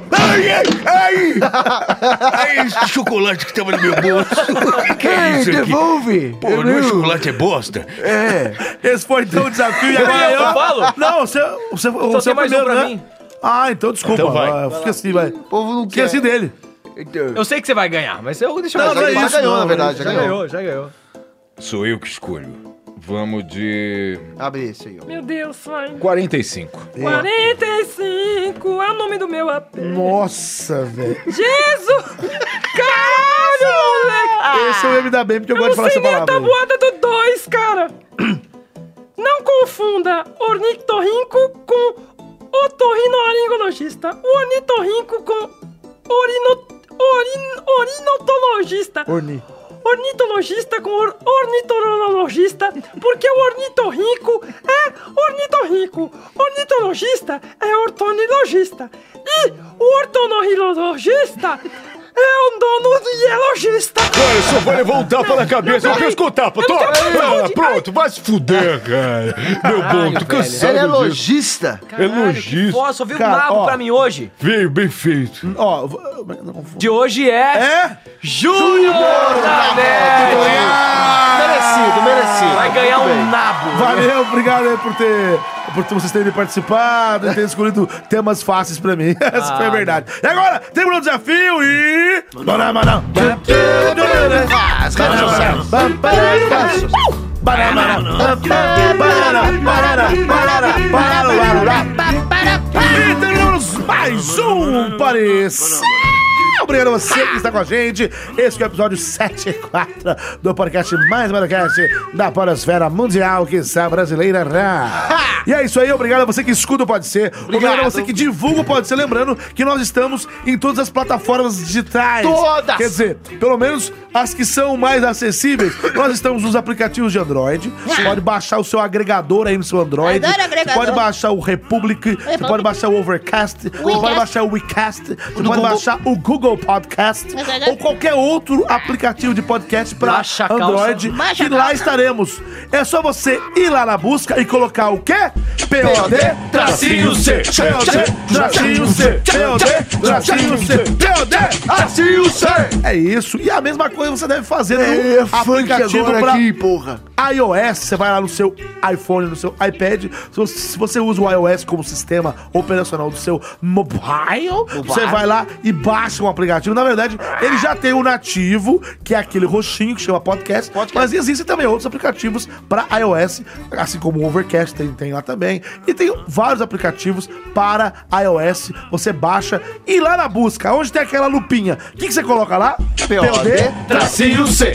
Ai, esse chocolate que tava no meu bolso. Que é isso aqui? Devolve. Pô, não é chocolate, é bosta. Esse foi então o desafio e agora Eu falo? Não, você Só tem mais um pra mim. Ah, então desculpa. Então vai. Ah, esqueci, vai. o povo não quer. Esqueci dele. Eu sei que você vai ganhar, mas eu deixa eu Não, ver. não é Já isso, ganhou, não, na verdade, é já Já ganhou. ganhou, já ganhou. Sou eu que escolho. Vamos de Abre esse aí, ó. Meu Deus, pai. 45. 45 é o nome do meu AP. Nossa, velho. Jesus! Caralho, moleque! Esse eu ia me dar bem porque eu Eu gosto de não falar sei essa nem a palavra. aí. tabuada do 2, cara. Não confunda ornitorrinco com otorrinolaringologista. O ornitorrinco com orinotologista. Ornitologista com ornitorologista, porque o ornitorrinco é ornitorrinco, ornitologista é ortonologista e o ortonologista é um dono de elogista. Cara, só vai levar um tapa na cabeça. Eu pesco o tapa. Eu não Toma. tenho Ah, saúde. pronto, vai se fuder, cara. Meu bom, tô cansado Ele é disso. lojista. É lojista. Pô, só viu um Cara, nabo ó. pra mim hoje. Veio bem feito. Ó, De hoje é... é? Júnior da NET. Merecido. Vai ganhar Muito um bem. nabo. Valeu, obrigado aí por vocês terem participado e terem escolhido temas fáceis pra mim. Essa foi a verdade. E agora, terminou o desafio e... As redes sociais. E terminamos mais um Parecer Obrigado a você que está com a gente. Esse é o episódio 74 do podcast mais podcast da podosfera mundial, que está brasileira. E é isso aí, obrigado a você que escuta o Pode Ser. Obrigado a você que divulga o Pode Ser. Lembrando que nós estamos em todas as plataformas digitais. Todas! Quer dizer, pelo menos as que são mais acessíveis. Nós estamos nos aplicativos de Android. Você pode baixar o seu agregador aí no seu Android. Você pode baixar o Republic. Você pode baixar o Overcast. Você pode baixar o WeCast. Você pode baixar o Google Podcast. Ou qualquer outro aplicativo de podcast para Android. Que lá estaremos. É só você ir lá na busca e colocar o quê? POD-C. POD-C. POD-C. POD-C. É isso. E a mesma coisa você deve fazer no aplicativo para iOS. Você vai lá no seu iPhone, no seu iPad. Se você usa o iOS como sistema operacional do seu mobile, você vai lá e baixa um aplicativo. Na verdade, ele já tem o nativo, que é aquele roxinho que chama podcast. Mas existem também outros aplicativos para iOS, assim como o Overcast tem lá também. E tem vários aplicativos para iOS. Você baixa e lá na busca, onde tem aquela lupinha, o que você coloca lá? POD-C.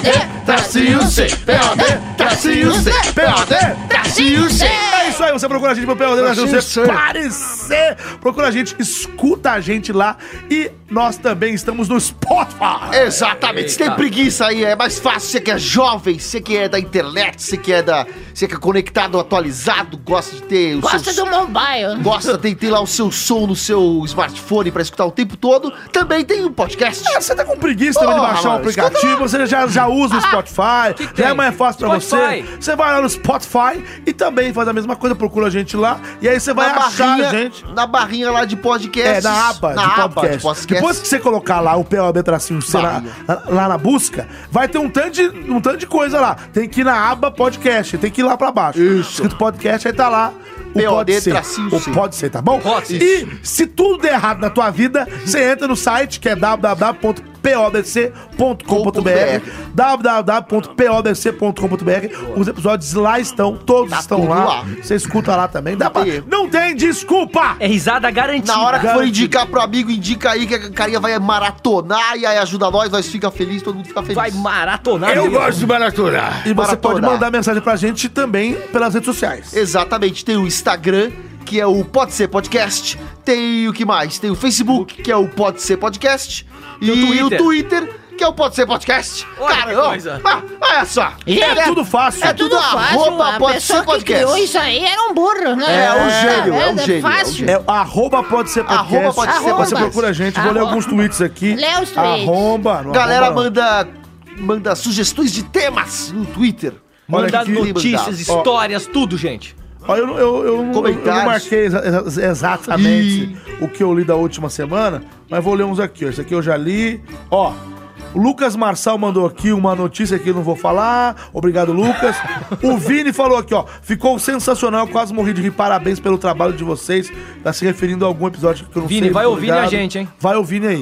POD-C. POD-C. POD-C. É isso aí, você procura a gente pro POD-C. Parecer. Procura a gente, escuta a gente lá. E nós também estamos no Spotify. Exatamente. Você tem preguiça aí, é mais fácil. Você que é jovem, você que é da internet, você que é conectado, atualizado, gosta de ter o Gosta do mobile. Gosta de ter lá o seu som no seu smartphone pra escutar o tempo todo. Também tem um podcast. Você tá com preguiça também de baixar um aplicativo, você já usa o Spotify, já é mais fácil pra você. Você vai lá no Spotify e também faz a mesma coisa, procura a gente lá, e aí você vai achar a gente. Na barrinha lá de podcast. Na aba de podcast. Depois que você colocar lá o POD-C lá na busca, vai ter um tanto de coisa lá. Tem que ir na aba podcast, tem que ir lá pra baixo. Isso. Escrito podcast, aí tá lá. O Pode Ser, tá bom? E se tudo der errado na tua vida, você entra no site que é www.podc.com.br www.podc.com.br. Os episódios lá estão, todos estão lá. Você escuta lá também. Não tem desculpa! É risada garantida. Na hora que for indicar pro amigo, indica aí que a carinha vai maratonar e aí ajuda nós fica feliz, todo mundo fica feliz. Vai maratonar. Eu gosto de maratonar. E você pode mandar mensagem pra gente também pelas redes sociais. Exatamente, tem o Instagram, que é o Pode Ser Podcast. Tem o que mais? Tem o Facebook, que é o Pode Ser Podcast. E o Twitter, que é o Pode Ser Podcast. Olha só. É tudo fácil. É tudo fácil. A pessoa que criou isso aí era um burro, né? É um gênio, é um gênio. Fácil. É arroba Pode Ser Podcast. Você procura a gente, vou ler alguns tweets aqui. Lê os tweets. Galera manda sugestões de temas no Twitter. Manda notícias, histórias, tudo, gente. Eu não marquei exatamente o que eu li da última semana, mas vou ler uns aqui. Esse aqui eu já li. O Lucas Marçal mandou aqui uma notícia que eu não vou falar. Obrigado, Lucas. O Vini falou aqui, ficou sensacional, eu quase morri de rir. Parabéns pelo trabalho de vocês. Tá se referindo a algum episódio que eu não sei. Vini, vai ouvir a gente, hein? Vai ouvir aí.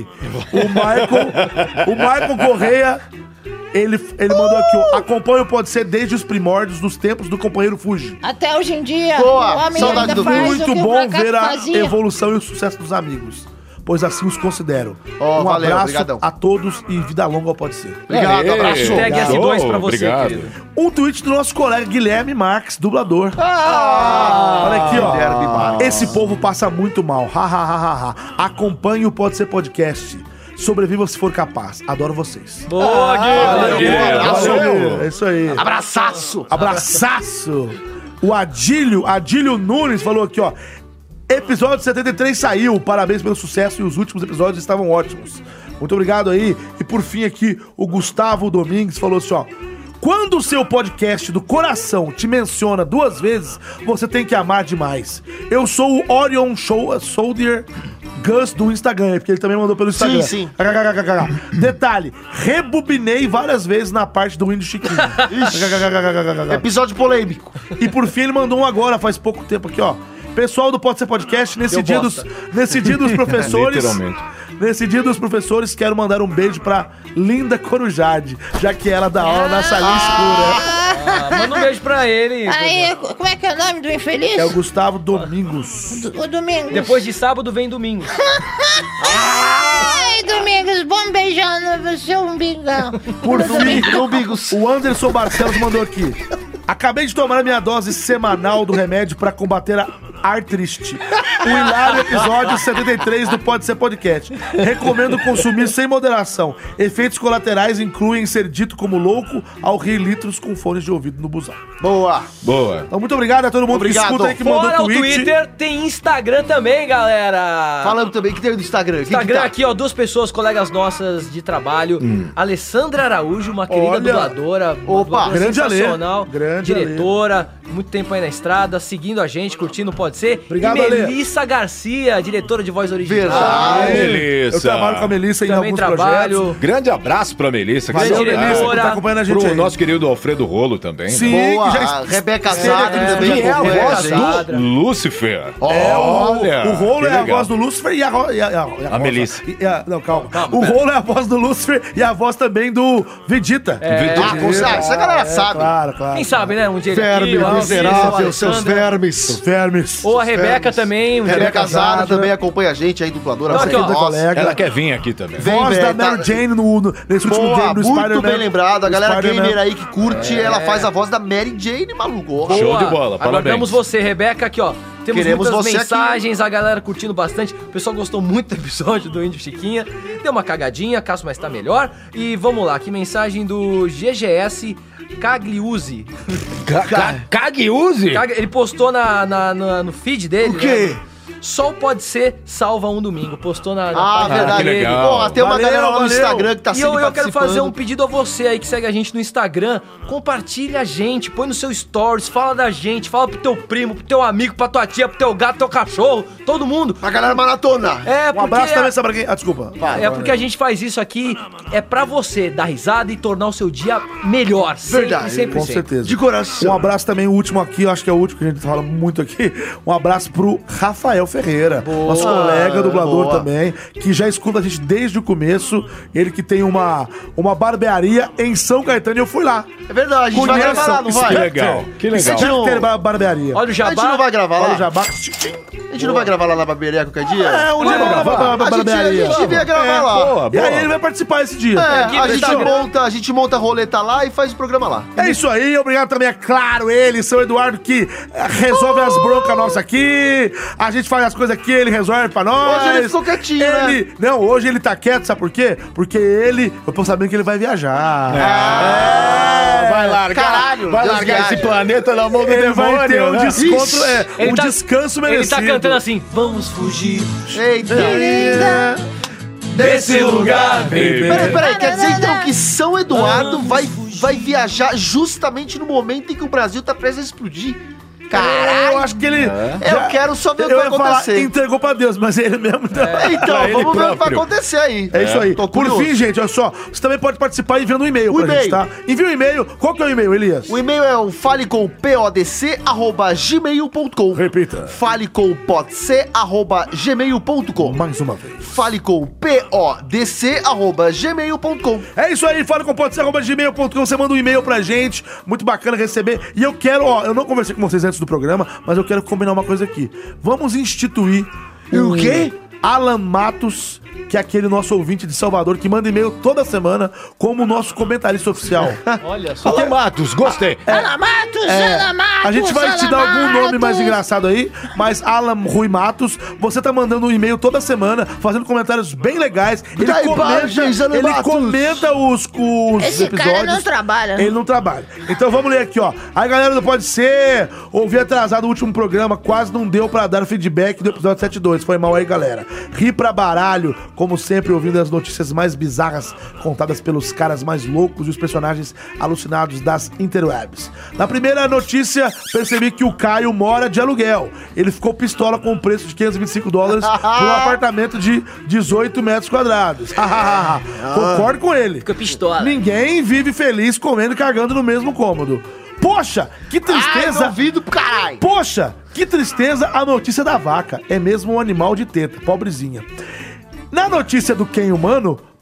O Michael Correia... Ele mandou aqui, acompanha o Pode Ser desde os primórdios dos tempos do companheiro Fuji. Até hoje em dia, Boa, o homem saudade ainda do faz Muito o que bom o ver a fazia. evolução e o sucesso dos amigos, pois assim os considero. Valeu, abraço obrigadão. a todos e vida longa ao Pode Ser. Obrigado, abraço. Hashtag S2 pra você, obrigado. querido. Um tweet do nosso colega Guilherme Marques, dublador. Olha aqui, Guilherme Marques. Esse povo passa muito mal. Acompanhe o Pode Ser Podcast. Sobreviva se for capaz. Adoro vocês. Boa, Valeu. É isso aí. Abraçaço. O Adílio Nunes falou aqui, episódio 73 saiu. Parabéns pelo sucesso e os últimos episódios estavam ótimos. Muito obrigado aí. E por fim aqui, o Gustavo Domingues falou assim, quando o seu podcast do coração te menciona 2 vezes, você tem que amar demais. Eu sou o Orion Soldier Gus do Instagram, porque ele também mandou pelo Instagram. Sim. Detalhe, rebobinei várias vezes na parte do Windows Chiquinho. Episódio polêmico. E por fim ele mandou um agora, faz pouco tempo aqui, Pessoal do Pode Ser Podcast, nesse dia dos professores... Literalmente. Nesse dia dos professores, quero mandar um beijo pra Linda Corujade, já que ela dá aula na salinha escura. Manda um beijo pra ele. Aí, como é que é o nome do infeliz? É o Gustavo Domingos. O Domingos. Depois de sábado vem domingo. Ai, Domingos. amigos, bom beijão no seu umbigão. Por fim, o Anderson Barcelos mandou aqui. Acabei de tomar a minha dose semanal do remédio pra combater a artrite. O hilário episódio 73 do Pode Ser Podcast. Recomendo consumir sem moderação. Efeitos colaterais incluem ser dito como louco ao rir litros com fones de ouvido no busão. Boa. Então, muito obrigado a todo mundo que escuta aí, que mandou Fora o tweet. Twitter, tem Instagram também, galera. Falando também que tem no Instagram. Instagram aqui, ó, 2 pessoas, colegas nossas de trabalho. Alessandra Araújo, uma querida Olha. dubladora. Opa, grande Ale. sensacional. Grande diretora, muito tempo aí na estrada, seguindo a gente, curtindo Pode Ser. Obrigado, e Ale. Melissa Garcia, diretora de voz original. Verdade. Melissa. Eu trabalho com a Melissa em Também alguns trabalho. projetos. Grande abraço pra Melissa. Valeu, Valeu, diretora. Melissa, que tá acompanhando a gente Pro aí. nosso querido Alfredo Rolo também. Sim, Né? Boa. que A Rebeca Zadra É, também Que é a acompanha voz gente. Zadra. do Lúcifer. O Rolo que é a legal. voz do Lúcifer e a Melissa. Não, calma. O Rolo é a voz do Lúcifer e a voz também do Vegeta. Ah, com certeza. Essa galera sabe. Claro. Quem sabe, né? Um dia ele Verme aqui, ó, miserável, o seus Alessandra. vermes. Vermes. Ou a Rebeca também. Um dia Rebeca Zara Zadra. também acompanha a gente aí, dubladora. Não, aqui, ó. nossa. Colega. Ela quer vir aqui também. Vem, Voz velho, da Mary tá- Jane nesse último Boa, game do muito Spider-Man. bem lembrado. A galera Spider-Man. gamer aí que curte, ela faz a voz da Mary Jane, maluco. Show Boa. de bola, parabéns. Aguardamos você, Rebeca, aqui, ó. Temos Queremos muitas você mensagens, a galera curtindo bastante. O pessoal gostou muito do episódio do Índio Chiquinha. Deu uma cagadinha, Cássio, mas tá melhor. E vamos lá, que mensagem do GGS Cagliuzzi. Cagliuzzi? Ele postou no feed dele. O quê? Né? Só Pode Ser salva um domingo. Postou na Ah, página verdade. que legal. Porra, tem uma Valeu, galera lá no valeu. Instagram que tá E sempre eu quero fazer um participando. pedido a você aí que segue a gente no Instagram. Compartilha a gente, põe no seu stories, fala da gente, fala pro teu primo, pro teu amigo, pra tua tia, pro teu gato, pro teu cachorro, todo mundo. A galera maratona. É, Um abraço também, sabe pra quem? Desculpa. É porque a gente faz isso aqui, é pra você dar risada e tornar o seu dia melhor. Verdade, sempre, Com certeza. De coração. Um abraço também, o último aqui, eu acho que é o último que a gente fala muito aqui. Um abraço pro Rafael Ferreira, nosso colega dublador boa. também, que já escuta a gente desde o começo. Ele que tem uma barbearia em São Caetano e eu fui lá. É verdade, a gente vai Conheçam gravar lá, não vai? Que legal, que legal. Spectre barbearia. Olha o A gente não jabá. vai gravar Olha o lá? jabá. A gente não vai gravar lá na barbearia qualquer dia? É, um dia Vamos vamos gravar pra A barbearia. gente devia gravar lá. Boa, E aí boa. ele vai participar esse dia. É, a Instagram. gente monta a roleta lá e faz o programa lá. É isso aí, obrigado também, é claro, ele, São Eduardo, que resolve as broncas nossas aqui. A gente faz as coisas aqui, ele resolve pra nós. Hoje ele ficou quietinho, né? Não, hoje ele tá quieto, sabe por quê? Porque eu tô sabendo que ele vai viajar. Vai largar, Caralho, vai Deus largar viaja. esse planeta na mão do Ele vai ter demônio, um né? desconto, Ele um tá- descanso Ele merecido. tá cantando assim, vamos fugir Eita. desse lugar, baby. Peraí, quer dizer então que São Eduardo vai viajar justamente no momento em que o Brasil tá prestes a explodir? Caralho! Eu acho que ele. Eu quero só ver o que eu vai ia falar, acontecer. entregou pra Deus, mas ele mesmo não. Então, ele vamos ver o que vai próprio. acontecer aí. É isso aí. Tô Por curioso. fim, gente, olha só. Você também pode participar enviando um e-mail O pra gente, e-mail. tá? Envia um e-mail. Qual que é o e-mail, Elias? O e-mail é o falecompodc@gmail.com. Repita. falecompodc@gmail.com. Mais uma vez. falecompodc@gmail.com. É isso aí, fala com pode-ser@gmail.com. Você manda um e-mail pra gente. Muito bacana receber. E eu quero, eu não conversei com vocês antes do programa, mas eu quero combinar uma coisa aqui. Vamos instituir o quê? Alan Matos, que é aquele nosso ouvinte de Salvador, que manda e-mail toda semana como nosso comentarista oficial. Olha só. Fala, Matos, gostei. Ana Matos, Ana Matos, A gente vai te Ana dar algum nome Matos. mais engraçado aí, mas Alan Rui Matos, você tá mandando um e-mail toda semana, fazendo comentários bem legais. Ele Dá imagens, Alan ele Matos. comenta os Esse episódios. cara não trabalha. Ele não trabalha. Então vamos ler aqui, ó. Aí, galera do Pode Ser, ouvi atrasado o último programa, quase não deu pra dar feedback do episódio 72. Foi mal aí, galera. Ri pra baralho, como sempre, ouvindo as notícias mais bizarras contadas pelos caras mais loucos e os personagens alucinados das interwebs. Na primeira notícia, percebi que o Caio mora de aluguel. Ele ficou pistola com o preço de $525 por um apartamento de 18 metros quadrados. Concordo com ele. Fica pistola. Ninguém vive feliz comendo e cagando no mesmo cômodo. Poxa, que tristeza. Ai, duvido pro caralho. Poxa, que tristeza a notícia da vaca. É mesmo um animal de teta, pobrezinha. Na notícia do Ken humano,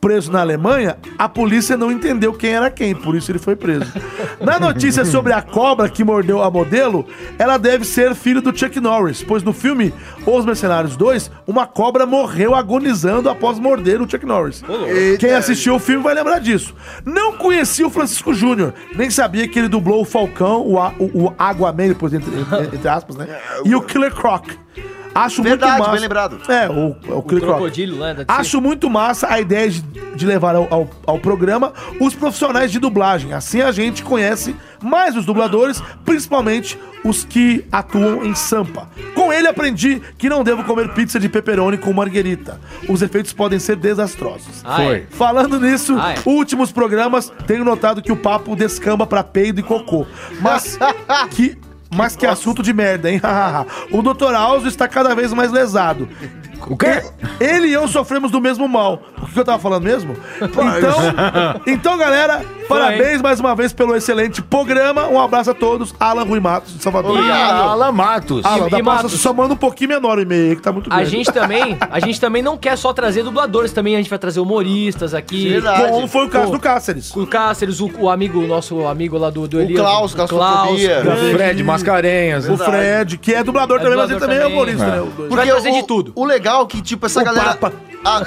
preso na Alemanha, a polícia não entendeu quem era quem, por isso ele foi preso. Na notícia sobre a cobra que mordeu a modelo, ela deve ser filho do Chuck Norris, pois no filme Os Mercenários 2, uma cobra morreu agonizando após morder o Chuck Norris. Quem assistiu o filme vai lembrar disso. Não conhecia o Francisco Júnior, nem sabia que ele dublou o Falcão, o Aquaman, depois entre aspas, né? E o Killer Croc. Acho muito massa. Bem lembrado. O crocodilo lá da Acho muito massa a ideia de levar ao programa os profissionais de dublagem. Assim a gente conhece mais os dubladores, principalmente os que atuam em Sampa. Com ele aprendi que não devo comer pizza de pepperoni com marguerita. Os efeitos podem ser desastrosos. Foi. Falando nisso, últimos programas, tenho notado que o papo descamba pra peido e cocô. Mas que assunto de merda, hein? O Dr. Alzo está cada vez mais lesado. O quê? Ele e eu sofremos do mesmo mal. O que eu tava falando mesmo? Então, galera, parabéns mais uma vez pelo excelente programa. Um abraço a todos. Alan Rui Matos, de Salvador. Alan Matos. Alan, da Praça só manda um pouquinho menor o e-mail aí, que tá muito grande. A gente também não quer só trazer dubladores, também a gente vai trazer humoristas aqui. Verdade. Como foi o caso do Cáceres. O Cáceres, nosso amigo lá do Elias. O Klaus, o Fred Mascarenhas. O Fred, que é dublador também, mas ele também é humorista, né? Porque vai trazer de tudo. O legal é que, tipo, essa galera... Papa.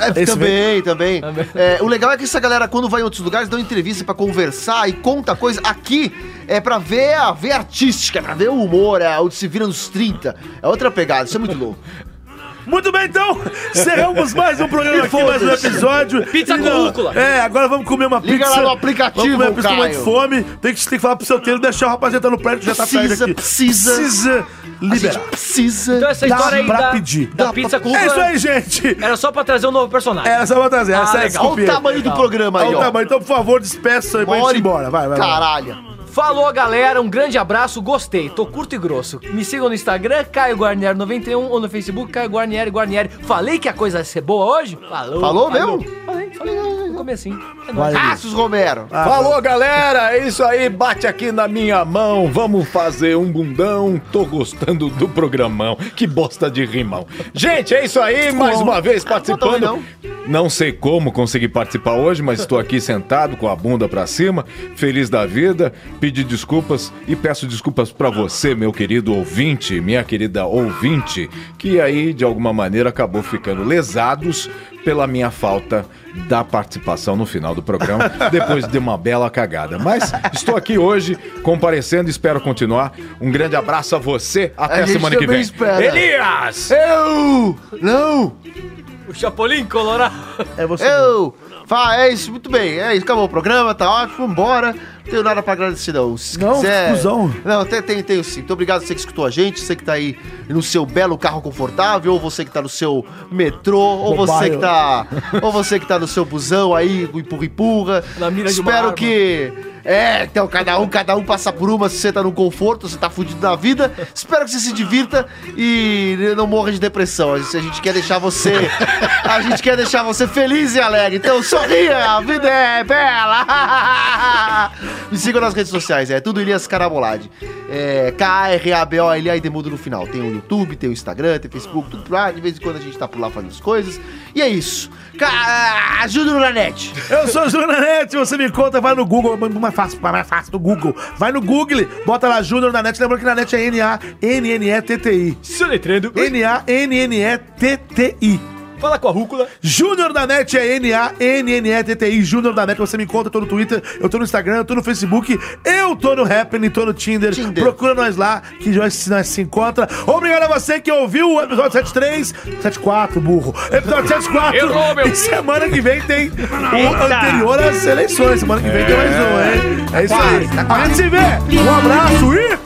Também. O legal é que essa galera, quando vai em outros lugares, dão entrevista pra conversar e conta coisa. Aqui é pra ver a veia artística, é pra ver o humor, onde se vira nos 30. É outra pegada, isso é muito louco. Muito bem, então, encerramos mais um programa aqui, mais um episódio. Pizza com rúcula. Agora vamos comer uma pizza. Liga lá no aplicativo, vamos comer uma pizza com Caio. muito fome. Tem que falar pro seu queiro deixar o rapaziada no prédio que já tá perto aqui. Precisa liberar. Então essa história aí da pizza com rúcula... É isso aí, gente. Era só pra trazer um novo personagem. Era só pra trazer. Olha o tamanho do programa aí, ó. Então, por favor, despeça aí pra gente ir embora. Vai. Caralho. Falou, galera, um grande abraço, gostei, tô curto e grosso. Me sigam no Instagram, Caio Guarnieri 91, ou no Facebook, Caio Guarnieri. Falei que a coisa ia ser boa hoje? Falou mesmo? Falei no comecinho. É nóis. Cassius Romero. Falou, galera, é isso aí, bate aqui na minha mão, vamos fazer um bundão, tô gostando do programão, que bosta de rimão. Gente, é isso aí, mais uma vez participando. Não sei como consegui participar hoje, mas estou aqui sentado com a bunda pra cima, feliz da vida, pedir desculpas e peço desculpas pra você, meu querido ouvinte, minha querida ouvinte, que aí de alguma maneira acabou ficando lesados pela minha falta da participação no final do programa, depois de uma bela cagada. Mas estou aqui hoje, comparecendo, espero continuar. Um grande abraço a você, até a semana que vem. Espera. Elias! Não! O Chapolin Colorado. É você. É isso, muito bem. É isso, acabou o programa, tá ótimo, vambora. Não tenho nada pra agradecer, não. Se quiser... Cusão. Não, tenho sim. Muito obrigado a você que escutou a gente, você que tá aí no seu belo carro confortável, ou você que tá no seu metrô, ou você que tá no seu busão aí, empurra. Na mira de uma Espero arma. que... então cada um passa por uma. Se você tá no conforto, você tá fudido da vida. Espero que você se divirta e não morra de depressão. A gente quer deixar você feliz e alegre. Então sorria, a vida é bela. Me sigam nas redes sociais, é tudo Elias Carabolade. K-A-R-A-B-O-L-A e Demudo no final. Tem o YouTube, tem o Instagram, tem o Facebook, tudo lá. De vez em quando a gente tá por lá fazendo as coisas. E é isso. Júnior na net. Eu sou o Júnior na net, você me conta, vai no Google, mais fácil do Google. Vai no Google, bota lá Júnior na net, lembrando que na net é N-A-N-N-E-T-T-I. Soletrando. N-A-N-N-E-T-T-I. Fala com a rúcula. Júnior da Net é N-A-N-N-E-T-T-I. Júnior da Net, você me encontra, eu tô no Twitter, eu tô no Instagram, eu tô no Facebook, eu tô no Happening, tô no Tinder. Procura nós lá, que nós se encontra. Obrigado a você que ouviu o episódio 73, 74, burro. Episódio 74. Errou, meu. E semana que vem tem o anterior às eleições. Semana que vem tem mais um, hein? É isso aí. A gente se vê. Um abraço e...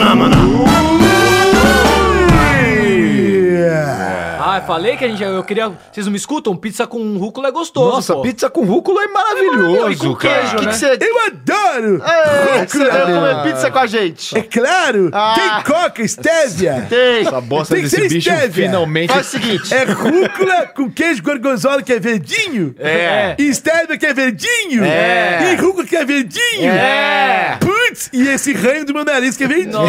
Falei que eu queria... Vocês não me escutam? Pizza com rúcula é gostoso. Nossa, pô. pizza com rúcula é maravilhoso, e com queijo, cara. né? Eu adoro! Você vai comer pizza com a gente. É claro! Tem coca, estévia! Tem! Essa bosta Tem que desse ser bicho estévia. finalmente... Faz o seguinte. É rúcula com queijo gorgonzola que é verdinho? É. E estévia que é verdinho? É. E rúcula que é verdinho? É. Putz! E esse ranho do meu nariz que é verdinho?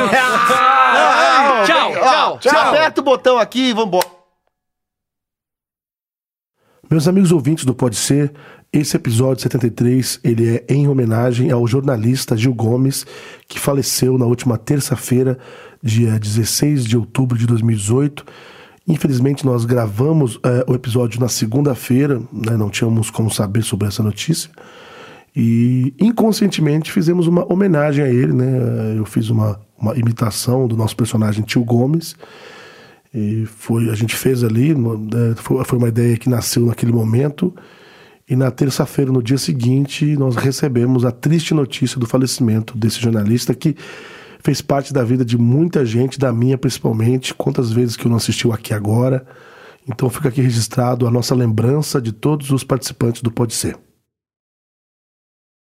Tchau. Aperta o botão aqui e vambora. Meus amigos ouvintes do Pode Ser, Esse episódio 73, ele é em homenagem ao jornalista Gil Gomes, que faleceu na última terça-feira, dia 16 de outubro de 2018. Infelizmente, nós gravamos o episódio na segunda-feira, né? Não tínhamos como saber sobre essa notícia. E inconscientemente fizemos uma homenagem a ele, né? Eu fiz uma imitação do nosso personagem Tio Gomes. E a gente fez ali, foi uma ideia que nasceu naquele momento. E na terça-feira, no dia seguinte, nós recebemos a triste notícia do falecimento desse jornalista que fez parte da vida de muita gente, da minha principalmente. Quantas vezes que eu não assisti Aqui Agora. Então fica aqui registrado a nossa lembrança de todos os participantes do Pode Ser.